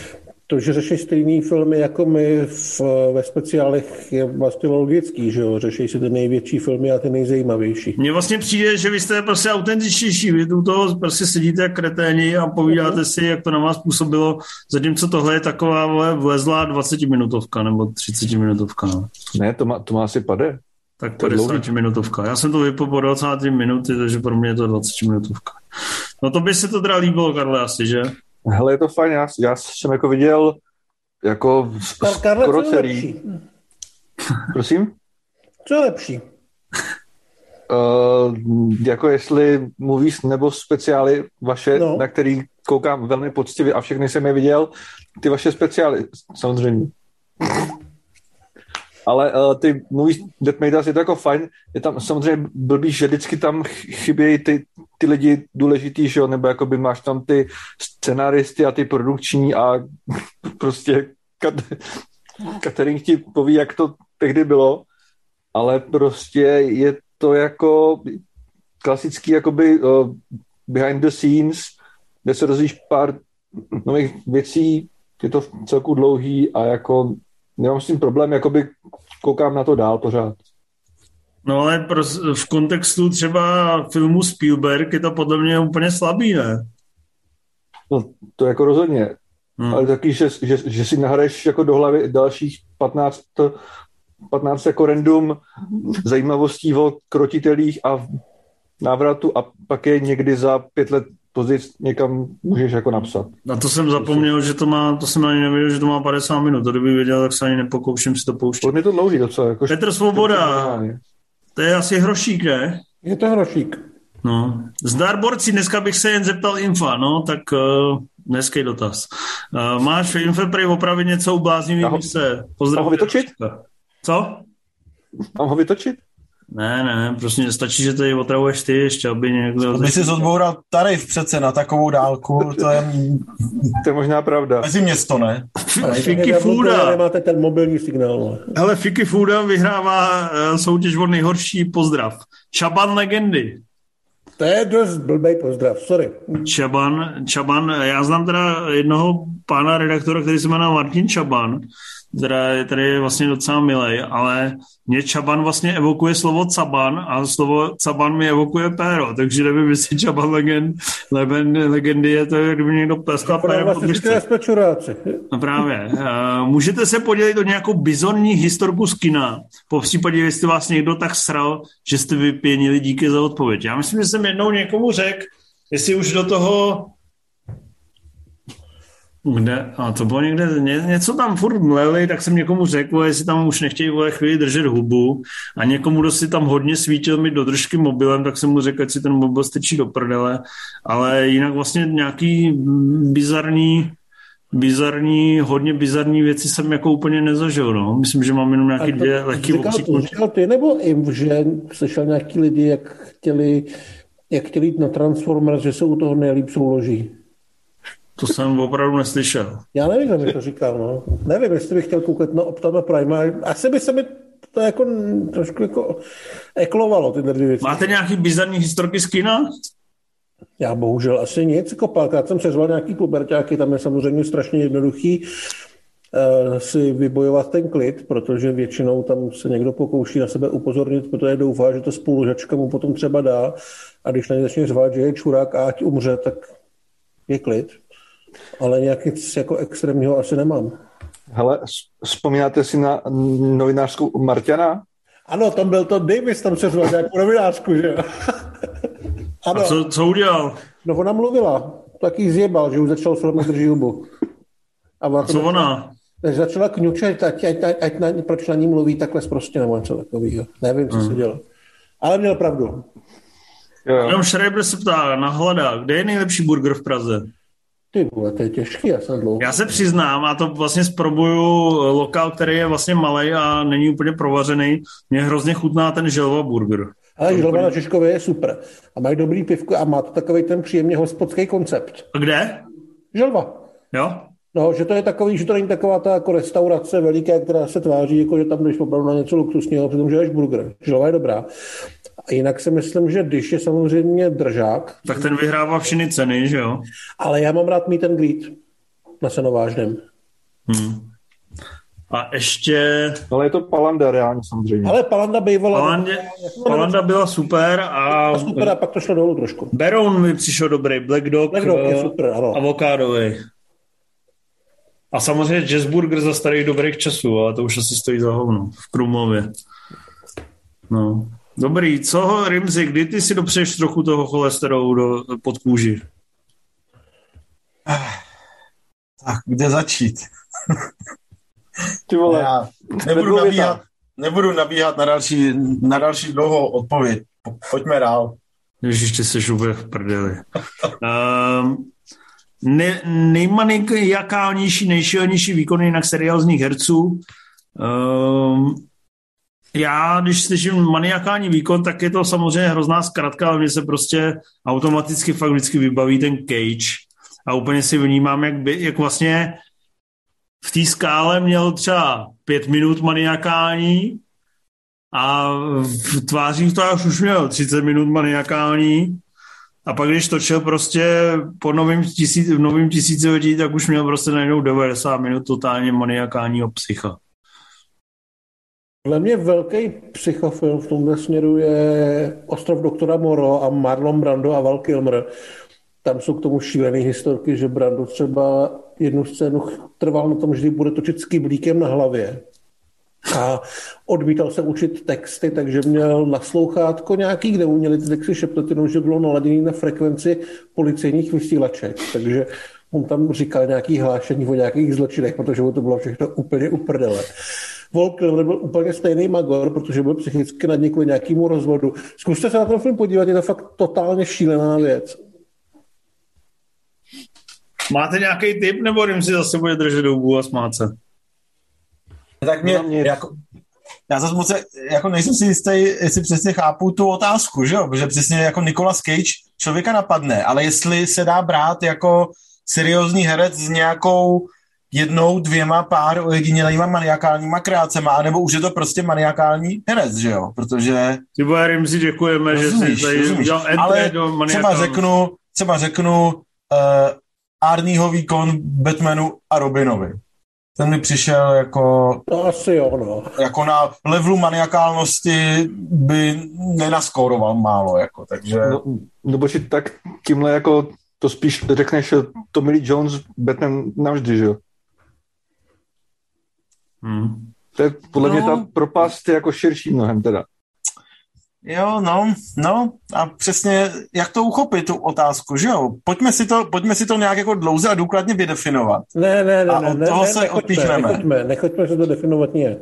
To, že řeší stejný filmy jako my ve speciálech, je vlastně logický, že jo? Řeší si ty největší filmy a ty nejzajímavější. Mně vlastně přijde, že vy jste prostě autentičtější, vy u toho prostě sedíte jak kreténi a povídáte si, jak to na vás působilo, zatímco tohle je taková vlezlá 20-minutovka nebo 30-minutovka. Ne, to má asi pade. Tak 50-minutovka. Já jsem to vypl po 20 minuty, takže pro mě je to 20-minutovka. No to by se to teda líbilo, Karle, asi, že? Hele, je to fajn, já jsem jako viděl jako skoro celý. Prosím? Co je lepší? Jako jestli movies nebo speciály vaše, na který koukám velmi poctivě a všechny jsem je viděl, ty vaše speciály, samozřejmě. Ale ty movies That Made Us je to jako fajn, je tam samozřejmě blbý, že vždycky tam chybějí ty lidi důležitý, že jo, nebo jakoby máš tam ty scenáristy a ty produkční a prostě catering ti poví, jak to tehdy bylo, ale prostě je to jako klasický jakoby behind the scenes, kde se dozvíš pár nových věcí, je to celku dlouhý a jako nemám s tím problém, jakoby koukám na to dál pořád. No ale v kontextu třeba filmu Spielberg je to podle mě úplně slabý, ne? No to jako rozhodně. Ale taky, že si nahraješ jako do hlavy dalších 15 jako random zajímavostí o krotitelích a návratu a pak je někdy za 5 let později někam můžeš jako napsat. A to jsem zapomněl, že to jsem ani nevěděl, že to má 50 minut. To kdyby věděl, tak se ani nepokouším si to pouštět. Podle mě to dlouhý docela. Jako Petr Svoboda, to je asi Hrošík, ne? Je to Hrošík. No. Zdar borci, dneska bych se jen zeptal Infa, no, tak dneský dotaz. Máš v Infe prej opravit něco u bláznivý se? Mám ho vytočit? Co? Mám ho vytočit? Ne, prostě nestačí, že tady otravuješ ty ještě, aby někdo... Aby jsi odboural tarif přece na takovou dálku, to je možná pravda. Mezi město, ne? Fiki Fooda. Nemáte ten mobilní signál. Hele, Fiki Fooda vyhrává soutěž o nejhorší pozdrav. Čaban legendy. To je dost blbej pozdrav, sorry. Čaban, já znám teda jednoho pána redaktora, který se jmenuje Martin Čaban, který je vlastně docela milej, ale mě Čaban vlastně evokuje slovo caban a slovo caban mi evokuje péro, takže nevím, jestli Čaban legendy je to, kdyby někdo pleskal péro pod myšce. No právě. Můžete se podělit o nějakou bizonní historku z kina, po případě, jestli vás někdo tak sral, že jste vypěnili, díky za odpověď. Já myslím, že jsem jednou někomu řekl, jestli už do toho kde? A to bylo někde, něco tam furt mleli, tak jsem někomu řekl, jestli tam už nechtějí chvíli držet hubu a někomu, kdo si tam hodně svítil mi do držky mobilem, tak jsem mu řekl, ať si ten mobil strčí do prdele, ale jinak vlastně nějaký hodně bizarní věci jsem jako úplně nezažil, no. Myslím, že mám jenom nějaký dvě lehký okřiknutí. Říkal ty nebo jim, že slyšel nějaký lidi, jak chtěli jít na Transformers, že se u toho nejlíp souloží? To jsem opravdu neslyšel. Já nevím, kdo mi to říkal, no. Nevím, jestli bych chtěl koukat na Optima Prime. Asi by se mi to jako trošku jako eklovalo, tyhle dvě věci. Máte nějaký bizarní historky z kina? Já bohužel asi nic. Jako párkrát jsem seřval nějaký puberťáky, tam je samozřejmě strašně jednoduchý si vybojovat ten klid, protože většinou tam se někdo pokouší na sebe upozornit, protože doufá, že to spolužačka mu potom třeba dá a když na ně začne řvát, že je čurák a ať umře, tak je klid. Ale nějak nic jako extrémního asi nemám. Hele, vzpomínáte si na novinářskou Marťana? Ano, tam byl to Davis, tam se řval nějakou novinářku, že jo? Ano. A co udělal? No ona mluvila, tak jí zjebal, že už začal filmovat drží hubu. A co ona? Začala kňučet, proč na ní mluví takhle prostě nebo něco takového. Nevím, co se dělo. Ale měl pravdu. Jenom Schreiber se ptá na Hlada, kde je nejlepší burger v Praze? Ty vole, to je těžký, já jsem dlouho. Já se přiznám, a to vlastně zprobuju lokál, který je vlastně malej a není úplně provařený. Mně hrozně chutná ten želva burger. Ale želva na Žižkově je super. A mají dobrý pivko a má to takový ten příjemně hospodský koncept. A kde? Želva. Jo? No, že to je takový, že to není taková ta jako restaurace veliká, která se tváří, jako že tam jdeš opravdu na něco luxusního, přitom že jdeš burger. Želva je dobrá. A jinak si myslím, že když je samozřejmě držák. Tak ten vyhrává všechny ceny, že jo? Ale já mám rád meet and greet na Senovážném. A ještě... Ale je to Palanda reálně samozřejmě. Ale Palanda bývala... Palanda byla super a... Super, a pak to šlo dolů trošku. Baron mi přišel dobrý, Black Dog je super, ano. Avokádový. A samozřejmě Jazzburger za starých dobrých časů, ale to už asi stojí za hovno v Krumlově. No. Dobrý, co Rimzi, kdy ty si dopřeješ trochu toho cholesterolu pod kůži? Tak, kde začít? Ty vole, já nebudu nabíhat na další dlouhou odpověď. Pojďme dál. Ježiš, ty seš úplně v prdeli. Nejmaniakálnější, nejšílenější výkony jinak seriózních herců. Já, když slyším maniakální výkon, tak je to samozřejmě hrozná zkratka, ale mně se prostě automaticky fakt vždycky vybaví ten Cage. A úplně si vnímám, jak vlastně v té skále měl třeba 5 minut maniakální a v tvářích to už měl 30 minut maniakální a pak když točil prostě po novým tisíciletí, tak už měl prostě najednou 90 minut totálně maniakálního psycha. Podle mě velký psychofilm v tomhle směru je Ostrov doktora Moreau a Marlon Brando a Val Kilmer. Tam jsou k tomu šílené historky, že Brando třeba jednu scénu trval na tom, že bude točit s kyblíkem na hlavě. A odmítal se učit texty, takže měl naslouchátko nějaký, kde mu měli ty texty šeptat, jenom že bylo naladěný na frekvenci policejních vysílaček. Takže on tam říkal nějaký hlášení o nějakých zločinech, protože mu to bylo všechno úplně uprdele. Val Kilmer byl úplně stejný magor, protože byl psychicky nad kvůli nějakému rozvodu. Zkuste se na ten film podívat, je to fakt totálně šílená věc. Máte nějaký tip, nebo Rim si zase bude držet doubu a smát se? Tak já zase moc jako nejsem si jistý, jestli přesně chápu tu otázku, že jo? Protože přesně jako Nicolas Cage člověka napadne, ale jestli se dá brát jako seriózní herec s nějakou 1, 2 pár ojedinělýma maniakálníma kreacema, anebo už je to prostě maniakální herec, že jo? Protože... Tybo, Rim si děkujeme, rozumíš, že jsi tady udělal entry do maniakálnosti. Třeba řeknu Arnieho výkon Batmanu a Robinovi. Ten mi přišel jako... To asi jo, no. Jako na levelu maniakálnosti by nenaskóroval málo, jako, takže... No bože, tak tímhle jako to spíš řekneš Tommy Lee Jones Batman navždy, že jo? To je podle mě ta propast jako širší mnohem teda. Jo, no a přesně jak to uchopit, tu otázku, že jo? Pojďme si to nějak jako dlouze a důkladně vydefinovat. Ne, a od toho se odpíchneme. Nechoďme se to definovat nijak.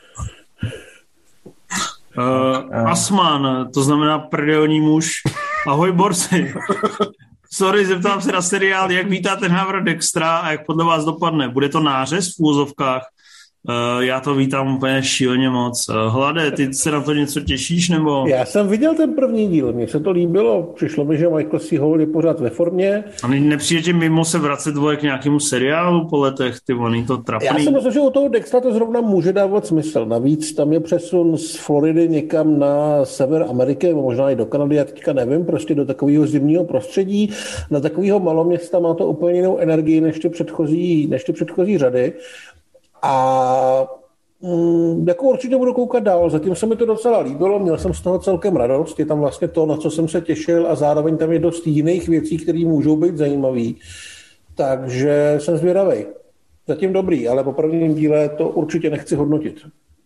Asman, to znamená prdelní muž. Ahoj, borci. Sorry, zeptám se na seriál, jak vítáte návrat Dextra a jak podle vás dopadne. Bude to nářez v úvozovkách? Já to vítám úplně šíleně moc. Hlade, ty se na to něco těšíš, nebo? Já jsem viděl ten první díl, mně se to líbilo. Přišlo mi, že Michael C. Hall je pořád ve formě. A nepřijde ti mimo se vracet k nějakému seriálu po letech, ty voní to trapný? Já si myslím, že u toho Dextra to zrovna může dávat smysl. Navíc tam je přesun z Floridy někam na sever Ameriky, možná i do Kanady, já teďka nevím, prostě do takového zimního prostředí. Na takového maloměsta má to úplně jinou energii než ty předchozí řady. A jako určitě budu koukat dál, zatím se mi to docela líbilo, měl jsem z toho celkem radost, je tam vlastně to, na co jsem se těšil a zároveň tam je dost jiných věcí, které můžou být zajímavé, takže jsem zvědavej. Zatím dobrý, ale po prvním díle to určitě nechci hodnotit.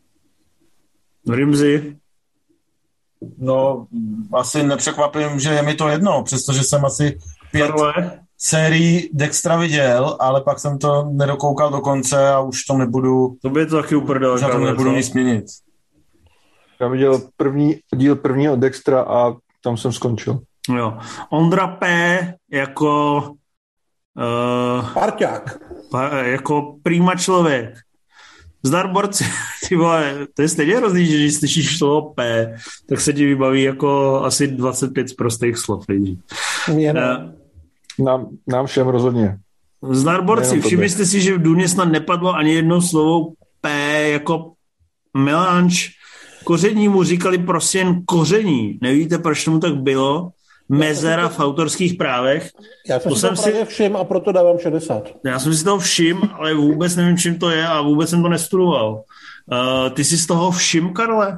Rimzi? No, asi nepřekvapím, že je mi to jedno, přestože jsem asi 5 sérií Dextra viděl, ale pak jsem to nedokoukal do konce a už to nebudu... To by to taky uprdal. Za to nebudu nic měnit. Já viděl díl prvního Dextra a tam jsem skončil. Jo. Ondra P. jako... Parťák. Jako prýma člověk. Zdar borci, ty vole, to je stejně hrozný, že když slyšíš slovo P, tak se ti vybaví jako asi 25 z prostých slov lidí. Nám všem rozhodně. Zdar borci, všimli jste si, že v Duně snad nepadlo ani jedno slovo P jako melanž. Koření mu říkali prostě jen koření. Nevíte, proč tomu tak bylo? mezera v autorských právech. Já jsem si to právě všim a proto dávám 60. Já jsem si toho všim, ale vůbec nevím, čím to je a vůbec jsem to nestudoval. Ty jsi z toho všim, Karle?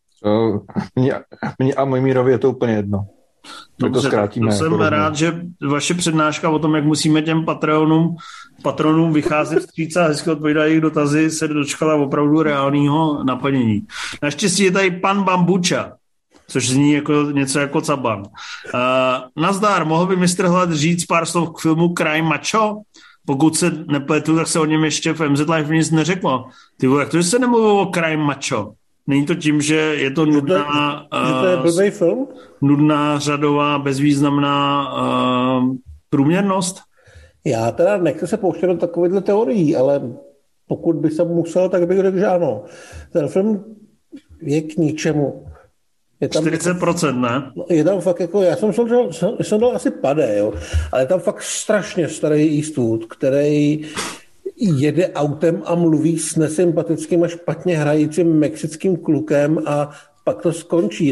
Mně a Mojmírovi je to úplně jedno. Dobře, to zkrátíme. Jsem rád, že vaše přednáška o tom, jak musíme těm patronům vycházet vstříc a hezky odpovídat jejich dotazy, se dočkala opravdu reálného naplnění. Naštěstí je tady pan Bambuča, což zní jako něco jako Caban. Nazdar, mohl by mistr Hlad říct pár slov k filmu Crime Macho? Pokud se nepletu, tak se o něm ještě v MZ Live nic neřeklo. Ty vole, jak to, že se nemluvilo o Crime Macho? Není to tím, že je to nudná... Že to je blbej film? Nudná, řadová, bezvýznamná průměrnost? Já teda nechci se pouštět do takovýchhle teorií, ale pokud by se musel, tak bych řekl, že ano. Ten film je k ničemu. Je tam, 40%, ne? Je tam fakt jako, já jsem dal asi pade, jo, ale je tam fakt strašně starý Eastwood, který jede autem a mluví s nesympatickým a špatně hrajícím mexickým klukem a pak to skončí.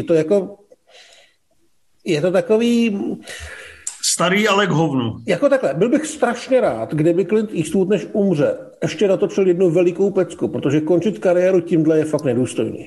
Je to takový... Starý, ale k hovnu. Jako takhle, byl bych strašně rád, kdyby Clint Eastwood, než umře, ještě natočil jednu velikou pecku, protože končit kariéru tímhle je fakt nedůstojný.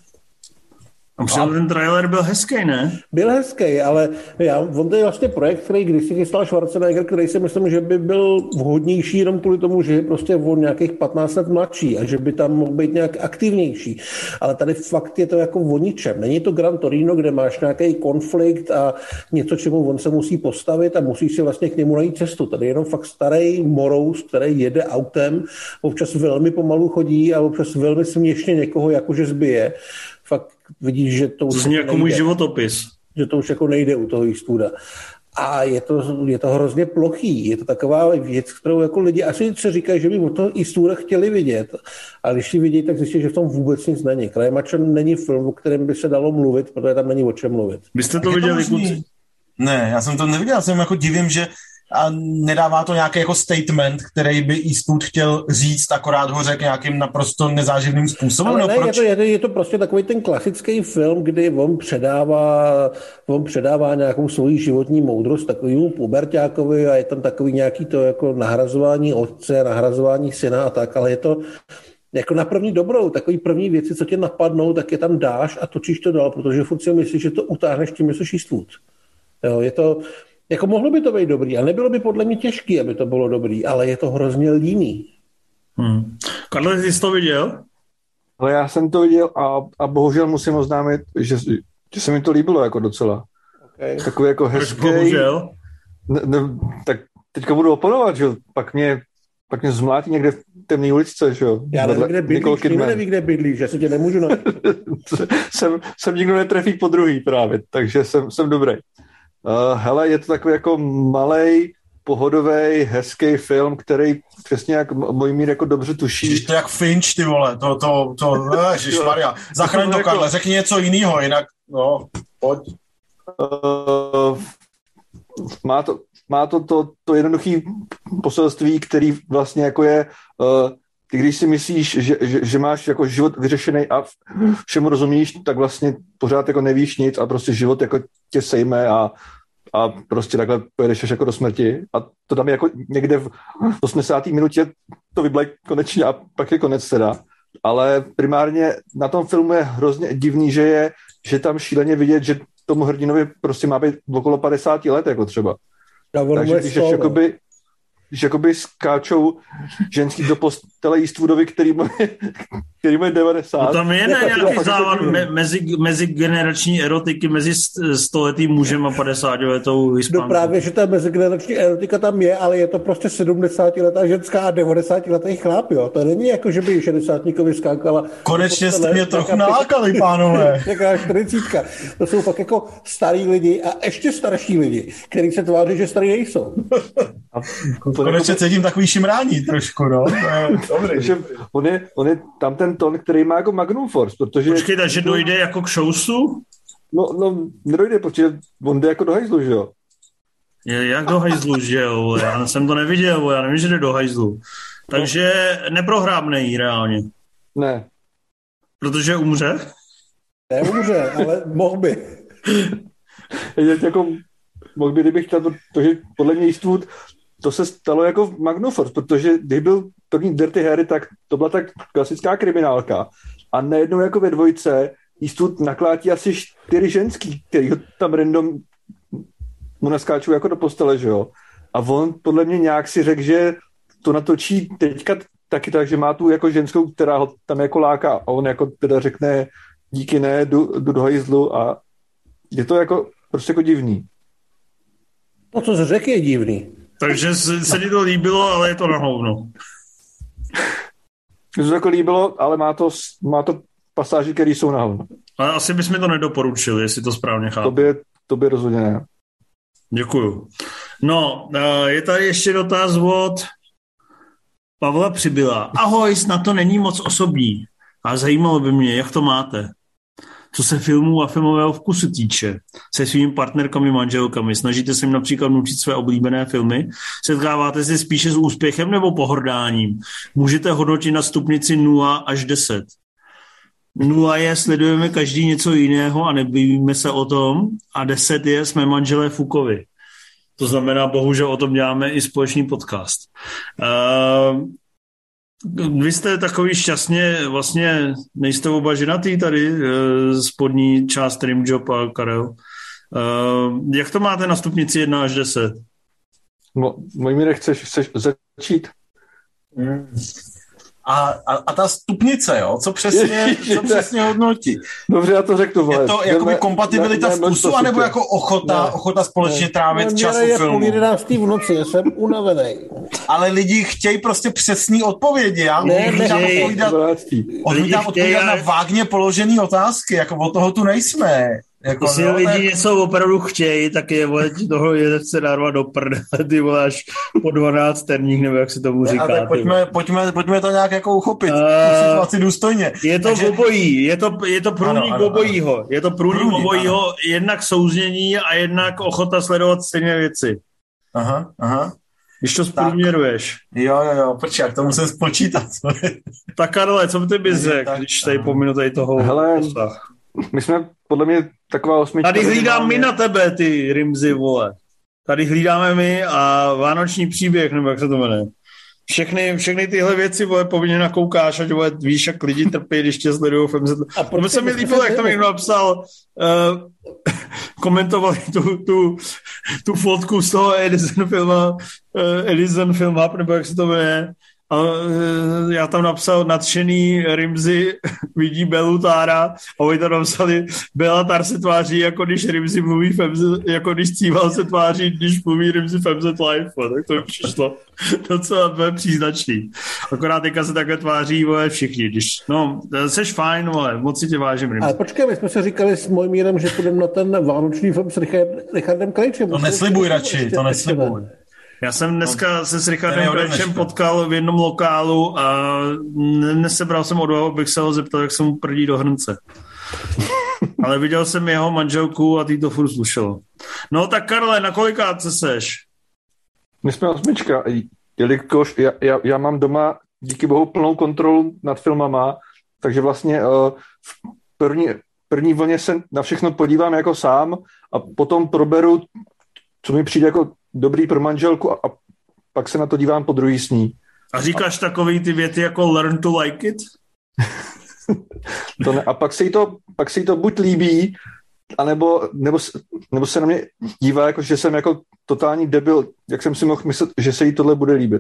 A ten trailer byl hezký, ne? Byl hezký, ale on to je vlastně projekt, který když si chystal Schwarzenegger, který si myslím, že by byl vhodnější jenom kvůli tomu, že je prostě o nějakých 15 let mladší a že by tam mohl být nějak aktivnější. Ale tady fakt je to jako o ničem. Není to Gran Torino, kde máš nějaký konflikt a něco, čemu on se musí postavit a musíš si vlastně k němu najít cestu. Tady je jenom fakt starý morous, který jede autem, občas velmi pomalu chodí a občas velmi směšně někoho jakože zbije. Fakt vidíš, že to už zní jako můj životopis. Že to už jako nejde u toho Eastwooda. A je to hrozně plochý. Je to taková věc, kterou jako lidi asi se říkají, že by od toho Eastwooda chtěli vidět. A když ji vidí, tak zjistí, že v tom vůbec nic není. Crime Macho není film, o kterém by se dalo mluvit, protože tam není o čem mluvit. Byste to viděli, kluci? Ne, já jsem to neviděl. Já jsem jako divím, že a nedává to nějaký jako statement, který by Eastwood chtěl říct, akorát ho řekl nějakým naprosto nezáživným způsobem. Ale ne, je to prostě takový ten klasický film, kdy on předává nějakou svoji životní moudrost takovému puberťákovi a je tam takový nějaký to jako nahrazování otce, nahrazování syna a tak, ale je to jako na první dobrou, takový první věci, co tě napadnou, tak je tam dáš a točíš to dál, protože furt si myslíš, že to utáhneš tím, že jsi Eastwood. Jo, je to jako mohlo by to být dobrý, a nebylo by podle mě těžké, aby to bylo dobrý, ale je to hrozně líný. Karle, jsi to viděl? Ale já jsem to viděl a bohužel musím oznámit, že se mi to líbilo jako docela. Okay. Takový jako hezký. Bohužel? Tak teďka budu oponovat, že pak mě zmlátí někde v temné uličce, že jo. Já nevím, kde bydlíš, nikdo neví, kde bydlíš, že si tě nemůžu najít. Jsem nikdo netrefí po druhý právě, takže jsem dobrý. Hele, je to takový jako malej, pohodový, hezký film, který přesně jak Mojmír jako dobře tuší. Ježiš, to jak Finch, ty vole, ježišmarja, zachraň to, Karle, řekni něco jiného, jinak, no, pojď. Má to jednoduché poselství, který vlastně jako je, ty když si myslíš, že máš jako život vyřešený a všemu rozumíš, tak vlastně pořád jako nevíš nic a prostě život jako tě sejme a prostě takhle pojedeš až jako do smrti a to tam je jako někde v 80. minutě to vyblej konečně a pak je konec teda. Ale primárně na tom filmu je hrozně divný, že tam šíleně vidět, že tomu hrdinovi prostě má být okolo 50 let jako třeba. Takže když jakoby skáčou ženský do postele Eastwoodovi, který má 90. No tam je nějaký závad mezigenerační erotiky mezi 100letým mužem a 50letou Hispánkou. No právě, že ta mezigenerační erotika tam je, ale je to prostě 70letá ženská a 90letý chlap, jo. To není jako, že by 60níkovi skákala. Konečně jste mě trochu nalákali, pánové. Jaká 40. To jsou fakt jako starý lidi a ještě starší lidi, kteří se tváří, že starý nejsou. Konečně cítím takový šimrání trošku, no. Dobrý. On je tam ten tón, který má jako Magnum Force, protože... Počkej, takže dojde jako k showsu? No, nedojde, protože on jde jako do hajzlu, že jo? Jak do hajzlu, že jo? Já jsem to neviděl, já nevím, že jde do hajzlu. Takže neprohrábnej reálně. Ne. Protože umře? Neumře, ale mohl by. Je jako mohl by, kdybych chtěl to, že podle mě Eastwood, to se stalo jako v Magnum, protože když byl první Dirty Harry, tak to byla tak klasická kriminálka. A najednou jako ve dvojce Eastwood naklátí asi 4 ženský, který ho tam random mu naskáčou jako do postele, že jo. A on podle mě nějak si řekl, že to natočí teďka taky tak, že má tu jako ženskou, která ho tam jako láká a on jako teda řekne díky ne, jdu do hajzlu a je to jako prostě jako divný. To, co jsi řekl, je divný. Takže se ti to líbilo, ale je to na hovno. Mně se to jako líbilo, ale má to pasáži, které jsou na hovno. Ale asi bys mi to nedoporučil, jestli to správně chápu. To by rozhodně ne. Děkuju. No, je tady ještě dotaz od Pavla Přibyla. Ahoj, snad to není moc osobní, ale zajímalo by mě, jak to máte. Co se filmů a filmového vkusu týče, se svými partnerkami, manželkami, snažíte se jim například nutit své oblíbené filmy? Setkáváte se spíše s úspěchem nebo pohrdáním? Můžete hodnotit na stupnici 0 až 10. 0 je, sledujeme každý něco jiného a nebavíme se o tom, a 10 je, jsme manželé Fukovi. To znamená, bohužel o tom děláme i společný podcast. Vy jste takový šťastně, vlastně nejste oba ženatý tady, spodní část Rimjob a Karel. Jak to máte na stupnici 1 až 10? No, můj Mírek, chceš začít? A ta stupnice, jo? Co přesně hodnotí? Dobře, já to řeknu. Je to jakoby kompatibilita vkusu, anebo jako ochota společně trávit čas u filmu? Je 11. v noci, já jsem unavený. Ale lidi chtějí prostě přesný odpovědi. Já odmítám odpovídat na vágně položené otázky, jako od toho tu nejsme. Jako, jestli lidi něco opravdu chtějí, tak je vole toho se narvat do prdele, ty vole, až po 12 terních, nebo jak se tomu říká. Tak pojďme to nějak jako uchopit, situaci důstojně. Je to obojí, je to průnik obojího. Je to průnik obojího, jednak souznění a jednak ochota sledovat stejné věci. Aha. Když to zprůměruješ. Jo, počkej, jak to musím spočítat. Tak Karle, co by ty bys řekl, když tady pominu tady toho? Hele, my jsme podle mě taková 8. Tady hlídám my na tebe, ty Rimzy, vole. Tady hlídáme my a Vánoční příběh, nebo jak se to jmenuje. Všechny tyhle věci, vole, povinně nakoukáš, ať vole, víš, jak lidi trpí, když tě sledují FMZ. A to se mi líbilo, jak tam někdo napsal, komentovali tu fotku z toho Edison Film Hub, nebo jak se to jmenuje. A já tam napsal nadšený Rimzy vidí Belutára a oni tam napsali Belatar se tváří, jako když Rimzy mluví FMZ, jako když Cíval se tváří, když mluví Rimzy FMZ Live, tak to přišlo docela příznačný. Akorát teďka se takhle tváří, vole, všichni, seš fajn, vole, moc si tě vážím, Rimzy. Ale počkej, my jsme se říkali s mojím Mírem, že půjdeme na ten vánoční film s Richardem Krejčem. To neslibuj radši, to neslibuj. Já jsem dneska se s Richardem Krejčem potkal v jednom lokálu a nesebral jsem odvahu, abych se ho zeptal, jak se mu prdí do hrnce. Ale viděl jsem jeho manželku a tý to furt slušelo. No tak Karle, na kolikátce seš? My jsme 8, jelikož já mám doma díky bohu plnou kontrolu nad filmama, takže vlastně v první vlně se na všechno podívám jako sám a potom proberu, co mi přijde jako dobrý pro manželku a pak se na to dívám po druhý s ní. A říkáš takový ty věty jako learn to like it? To ne, a pak se jí to buď líbí, nebo se na mě dívá, jako, že jsem jako totální debil, jak jsem si mohl myslet, že se jí tohle bude líbit.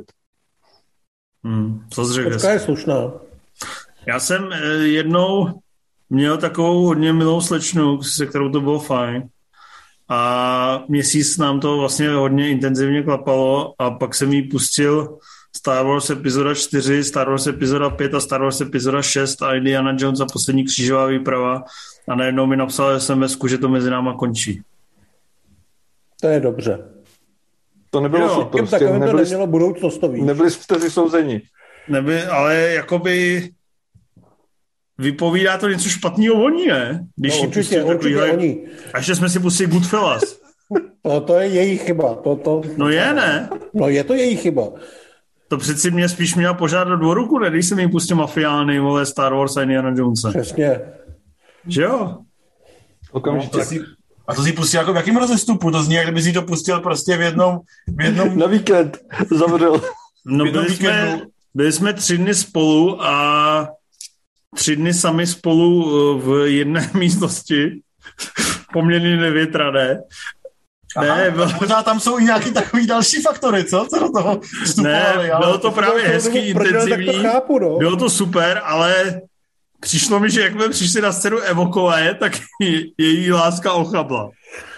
Co jsi řekl? Počká je slušná. Já jsem jednou měl takovou hodně milou slečnu, se kterou to bylo fajn. A měsíc nám to vlastně hodně intenzivně klapalo a pak jsem jí pustil Star Wars epizoda 4, Star Wars epizoda 5 a Star Wars epizoda 6 a Indiana Jones a poslední křížová výprava a najednou mi napsal SMS-ku, že to mezi náma končí. To je dobře. To nebylo furt, prostě. To nemělo budoucnost, to víš. Nebyli jste si souzeni. Ale jakoby vypovídá to něco špatného o ní, ne? Když určitě oni. A ještě jsme si pustili Goodfellas. To je její chyba. No je, ne? No je to její chyba. To přeci mě spíš měla požádat o ruku, ne? Když jsem jí pustil Mafiány, vole, Star Wars a Indiana Jonesa. Přesně. Že jo? Okamžitě. A to si pustil jako v jakém rozestupu? To zní, jak kdyby si to pustil prostě v jednom... Na víkend zavřel. No byli jsme 3 dny spolu a 3 dny sami spolu v jedné místnosti, poměrně nevětrané. Možná tam jsou i nějaký takový další faktory, co do toho vstupovali. Ne, bylo to právě hezký, intenzivní, chápu, bylo to super, ale přišlo mi, že jakmile přišli na scénu Evokové, tak její láska ochabla.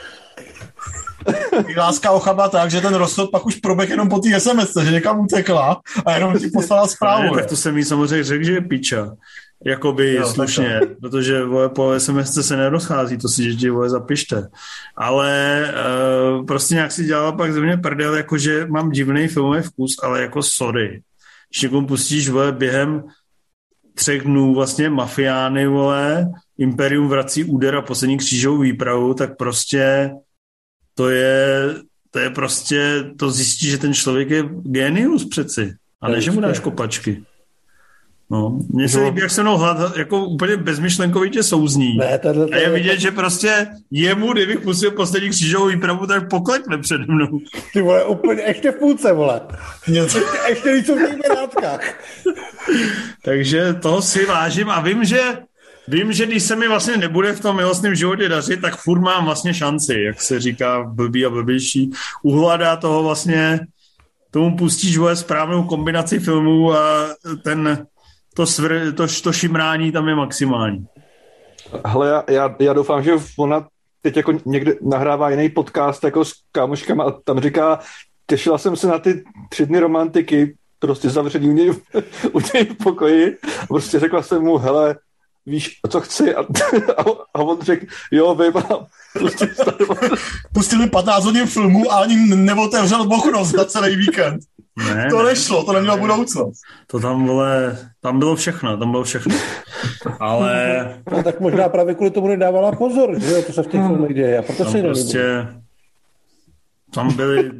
Láska ochabla tak, že ten rozchod pak už proběh jenom po té SMS, že někam utekla a jenom ti poslala zprávu. Ne, tak to jsem jí samozřejmě řekl, že je piča. Jakoby slušně, protože po SMS se nerozchází, to si že zapište. Ale prostě nějak si dělala pak ze mě prdel, jakože mám divný filmový vkus, ale jako sorry. Když někomu pustíš během 3 dnů vlastně mafiány, Imperium vrací úder a poslední křížovou výpravu, tak prostě to je prostě, to zjistí, že ten člověk je genius přeci. A ne, že mu dáš kopačky. No, mně se líbí, jak se mnou jako úplně bezmyšlenkovitě souzní. Ne, a je vidět, že prostě jemu, kdybych pustil poslední křížovou výpravu, tak poklekne přede mnou. Ty vole, úplně ještě v půlce, vole. Ještě nejsou v těch vyrátkách. Takže toho si vážím a vím, že když se mi vlastně nebude v tom milostném životě dařit, tak furt mám vlastně šanci, jak se říká blbý a blbější. Uhládá toho vlastně, tomu pustíš správnou kombinaci filmů a to šimrání tam je maximální. Hele, já doufám, že ona teď jako někde nahrává jiný podcast jako s kámoškama a tam říká, těšila jsem se na ty 3 dny romantiky, prostě zavřený u něj v pokoji a prostě řekla jsem mu, hele, víš, co chci? A on řekl, jo, vím, pustili 15 hodin filmu a ani neotevřel bochnost na celý víkend. To nešlo, to nemělo budoucnost. To tam bylo všechno. Ale... No, tak možná právě kvůli tomu nedávala pozor, že jo, to se v těch filmech děje, a proto se prostě tam byly...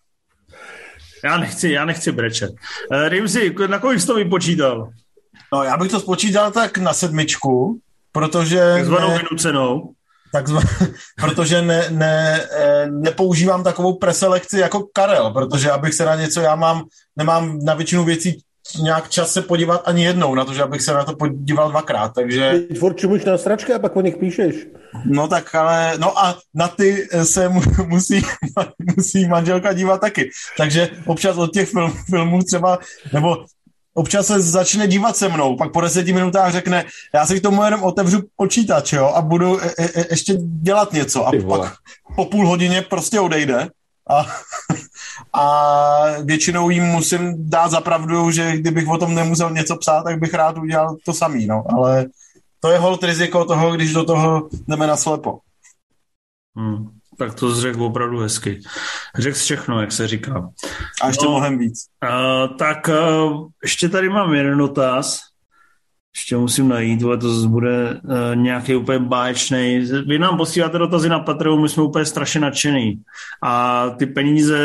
Já nechci brečet. Rimzi, na kolik jsi to vypočítal? No, já bych to spočítal tak na 7, protože... Takzvanou vynucenou. Protože nepoužívám takovou preselekci jako Karel, protože abych se na něco, nemám na většinu věcí nějak čas se podívat ani jednou, na to, že abych se na to podíval 2krát, takže... Ty tvůrčí můžeš na sračky a pak o nich píšeš. No tak ale, no a na ty se musí manželka dívat taky, takže občas od těch filmů třeba, nebo občas se začne dívat se mnou, pak po 10 minutách řekne, já si k tomu jenom otevřu počítač, jo, a budu ještě dělat něco. A pak po půl hodině prostě odejde a většinou jim musím dát za pravdu, že kdybych o tom nemusel něco psát, tak bych rád udělal to samý, no. Ale to je holt riziko toho, když do toho jdeme naslepo. Tak to jsi řekl opravdu hezky. Řekl všechno, jak se říká. A ještě mnohem víc. Ještě tady mám jeden dotaz. Ještě musím najít, ale to bude nějaký úplně báječnej. Vy nám posíláte dotazy na Patreon, my jsme úplně strašně nadšený. A ty peníze,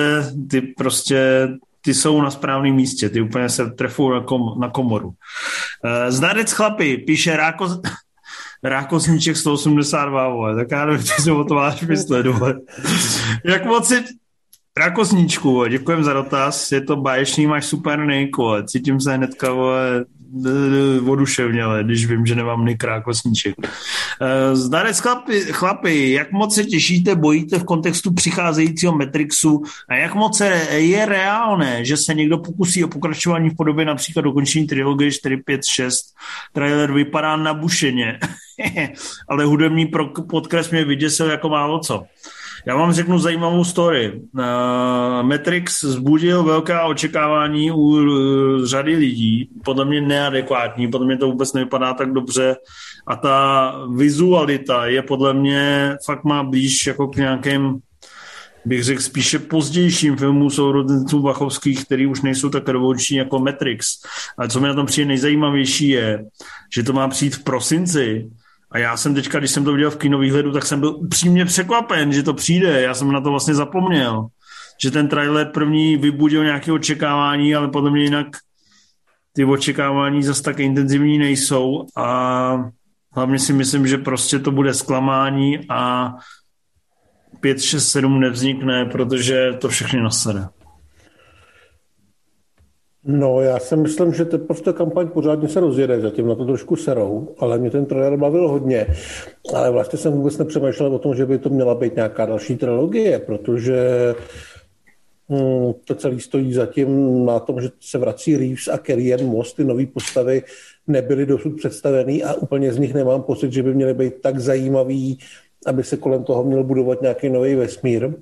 ty jsou na správném místě, ty úplně se trefují na komoru. Zdarec chlapi, píše Rákosníček 182, vole. Tak já nevím, co si o to máš myslet, vole. Jak moc si... Rákosníčku, vole, děkujem za dotaz, je to báječný, máš super nick, vole. Cítím se hnedka, vole, oduševněle, když vím, že nemám nick Rákosníček. Zdarec chlapi, jak moc se těšíte, bojíte v kontextu přicházejícího Matrixu a jak moc je reálné, že se někdo pokusí o pokračování v podobě například dokončení trilogie 4, 5, 6. Trailer vypadá nabušeně, ale hudební podkres mě vyděsil jako málo co. Já vám řeknu zajímavou story. Matrix vzbudil velká očekávání u řady lidí, podle mě neadekvátní, podle mě to vůbec nevypadá tak dobře a ta vizualita je podle mě fakt má blíž jako k nějakým, bych řekl, spíše pozdějším filmů sourozenců Wachowských, který už nejsou tak revoluční jako Matrix. Ale co mi na tom přijde nejzajímavější je, že to má přijít v prosinci. A já jsem teďka, když jsem to viděl v kinovýhledu, tak jsem byl upřímně překvapen, že to přijde. Já jsem na to vlastně zapomněl, že ten trailer první vybudil nějaké očekávání, ale podle mě jinak ty očekávání zase tak intenzivní nejsou a hlavně si myslím, že prostě to bude zklamání a 5, 6, 7 nevznikne, protože to všechny nasede. No, já si myslím, že teprve ta kampaň pořádně se rozjede, zatím na to trošku serou, ale mě ten trailer bavil hodně. Ale vlastně jsem vůbec nepřemýšlel o tom, že by to měla být nějaká další trilogie, protože to celé stojí zatím na tom, že se vrací Reeves a Carrie Moss, ty nové postavy nebyly dosud představený a úplně z nich nemám pocit, že by měly být tak zajímavý, aby se kolem toho měl budovat nějaký nový vesmír.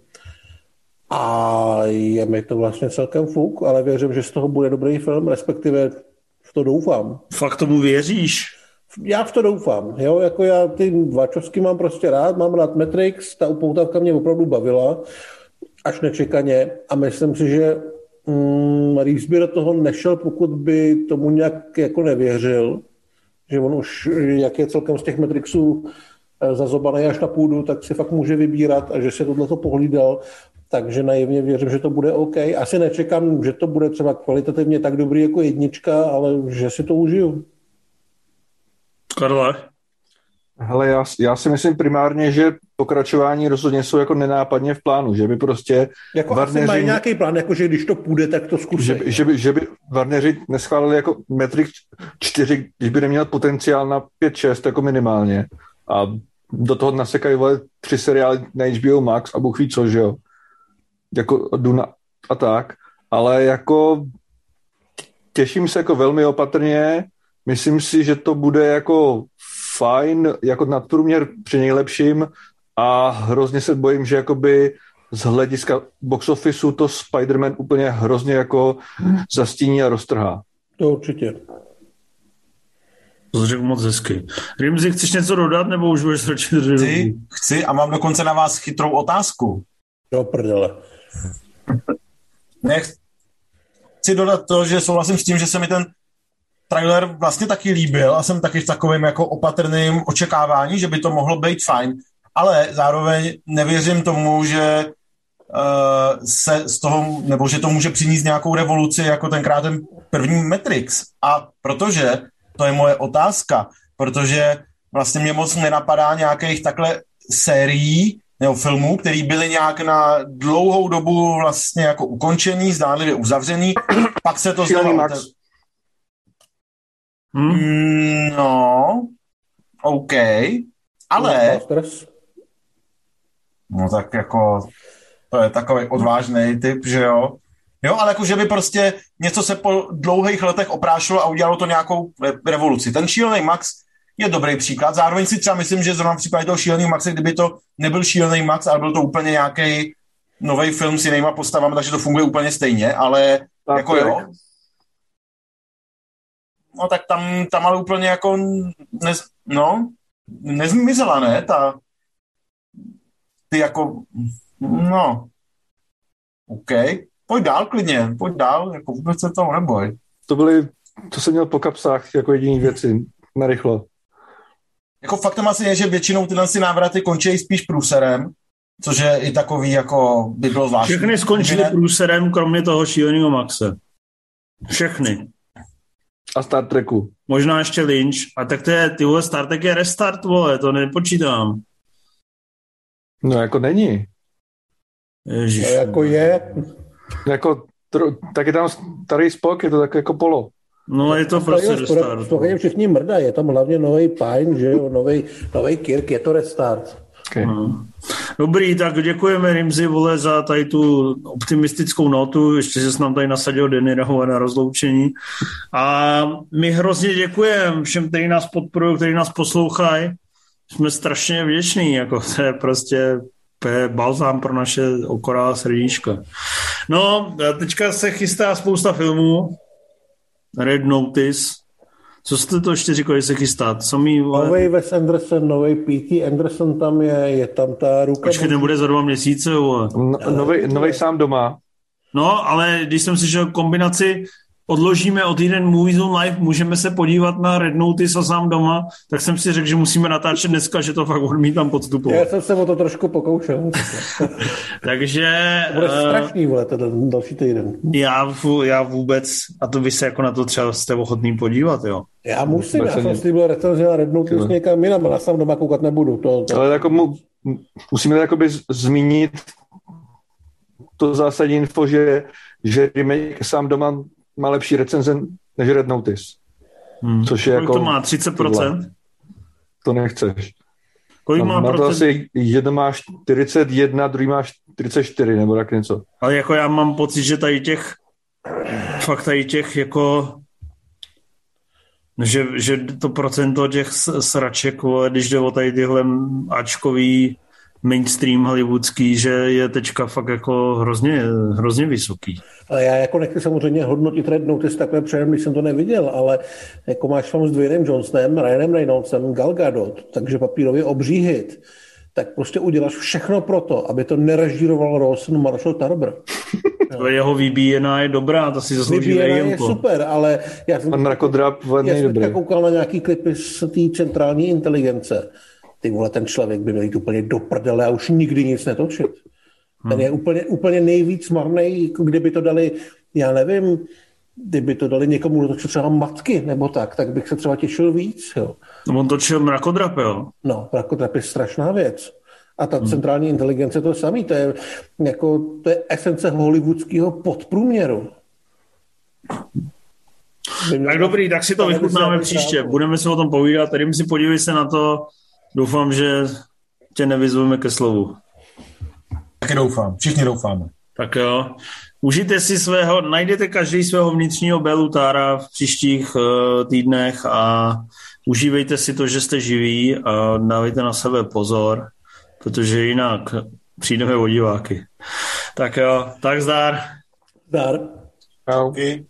A je mi to vlastně celkem fuk, ale věřím, že z toho bude dobrý film, respektive v to doufám. Fakt tomu věříš? Já v to doufám, jo, jako já ty Wachowski mám prostě rád, mám rád Matrix, ta upoutávka mě opravdu bavila, až nečekaně a myslím si, že Reeves by do toho nešel, pokud by tomu nějak jako nevěřil, že on už, jak je celkem z těch Matrixů zazobaný až na půdu, tak si fakt může vybírat a že si tohleto pohlídal, takže naivně věřím, že to bude OK. Asi nečekám, že to bude třeba kvalitativně tak dobrý jako jednička, ale že si to užiju. Karle? Hele, já si myslím primárně, že pokračování rozhodně jsou jako nenápadně v plánu, že by prostě jako Warneri... asi mají nějaký plán, jako že když to půjde, tak to zkusí. Že by Warneri neschválili jako Matrix 4, když by neměl potenciál na 5-6 jako minimálně. A do toho nasekají 3 seriály na HBO Max a Bůh ví co, že jo. Jako Duna a tak. Ale jako těším se jako velmi opatrně. Myslím si, že to bude jako fajn, jako nadprůměr při nejlepším a hrozně se bojím, že jakoby z hlediska box officeu to Spider-Man úplně hrozně jako zastíní a roztrhá. To určitě. To řekl moc hezky. Rimzi, chceš něco dodat, nebo už budeš radši? Chci a mám dokonce na vás chytrou otázku. Do prdele. Chci dodat to, že souhlasím s tím, že se mi ten trailer vlastně taky líbil a jsem taky v takovém jako opatrném očekávání, že by to mohlo být fajn, ale zároveň nevěřím tomu, že se z toho, nebo že to může přinést nějakou revoluci jako tenkrát ten první Matrix. A protože, to je moje otázka, protože vlastně mě moc nenapadá nějakých takhle sérií nebo filmů, který byly nějak na dlouhou dobu vlastně jako ukončený, zdánlivě uzavřený, pak se to znovu... No, OK, ale... No tak jako, to je takový odvážný typ, že jo? Jo, ale jako, že by prostě něco se po dlouhých letech oprášilo a udělalo to nějakou revoluci. Ten Šílený Max je dobrý příklad. Zároveň si třeba myslím, že zrovna v případě toho Šílený Maxe, kdyby to nebyl Šílený Max, ale byl to úplně nějaký nový film s jinýma postavami, takže to funguje úplně stejně, ale tak jako jo. No tak tam ale úplně jako nezmizela, ne? Ty jako, no, OK. Pojď dál klidně, pojď dál, jako vůbec se toho neboj. To jsem měl po kapsách jako jediný věci, narychlo. Jako faktem asi je, že většinou tyhle si návraty končí spíš průserem, což je i takový, jako by bylo zvláštní. Všechny skončily průserem, kromě toho Šíleného Maxe. Všechny. A Star Treku. Možná ještě Lynch. A tak to je, tyhle Star Trek je restart, vole, to nepočítám. No jako není. Ježiš. To jako je. Jako, tak je tam starý Spock, je to tak jako polo. No je to prostě restart. Spokojeně všichni mrdají, je tam hlavně nový Pine, že jo, nový Kirk, je to restart. Okay. No. Dobrý, tak děkujeme Rimzi, vole, za tady tu optimistickou notu, ještě se s nám tady nasadil Deniraho na rozloučení. A my hrozně děkujeme všem, kteří nás podporují, kteří nás poslouchají. Jsme strašně vděční, jako to je prostě balzám pro naše okorá srdíčka. No, teďka se chystá spousta filmů. Red Notice. Co jste to ještě říkali, že se chystá? Nový Wes Anderson, nový P.T. Anderson tam je tam ta ruka... Počkej, nebude za 2 měsíce? Nový Sám doma. No, ale když jsem slyšel kombinaci odložíme o týden Movies on Live, můžeme se podívat na Red Notice a Sám doma, tak jsem si řekl, že musíme natáčet dneska, že to fakt odmítám podstupovat. Já jsem se o to trošku pokoušel. Takže... To bude strašný, vole, ten další týden. Já vůbec, a to vy se jako na to třeba jste ochotný podívat, jo? Já musím, já jsem slíbil recenzi na Red Notice někam jinam, ale Sám doma koukat nebudu. Ale jako musíme jakoby zmínit to zásadní info, že remake sám doma má lepší recenze než Red Notice. Což je jako... to má 30%? To nechceš. Kolik má to asi jeden má 41, druhý má 44, nebo tak něco. Ale jako já mám pocit, že tady těch jako že to procento těch sraček, když jde o tady tyhle ačkový mainstream hollywoodský, že je teďka fakt jako hrozně vysoký. Ale já jako nechci samozřejmě hodnotit Red Notice takhle předem, když jsem to neviděl, ale jako máš film s Dwaynem Johnsonem, Ryanem Reynoldsem, Gal Gadot, takže papírově obří hit, tak prostě uděláš všechno pro to, aby to nerežíroval Rawson Marshall Tarver. To jeho vybíjená je dobrá, to si zaslouží vybíjená je super, ale já jsem koukal na nějaký klipy z té centrální inteligence. Ty vole, ten člověk by měl jít úplně do prdele a už nikdy nic netočit. Ten je úplně nejvíc marnej, kdyby to dali, já nevím, kdyby to dali někomu, kdo točil třeba Matky, nebo tak bych se třeba těšil víc. Jo. No on točil Mrakodrap, jo? No, Mrakodrap je strašná věc. A ta centrální inteligence to samý, to je esence hollywoodského podprůměru. Tak dobrý, tak si to vychutnáme příště. Budeme si o tom povídat, tady si podívej se na to. Doufám, že tě nevyzveme ke slovu. Taky doufám, všichni doufáme. Tak jo. Užijte si najdete každý svého vnitřního Belutára v příštích týdnech a užívejte si to, že jste živí a dávejte na sebe pozor, protože jinak přijdeme o diváky. Tak jo, tak zdar. Zdar. Čau.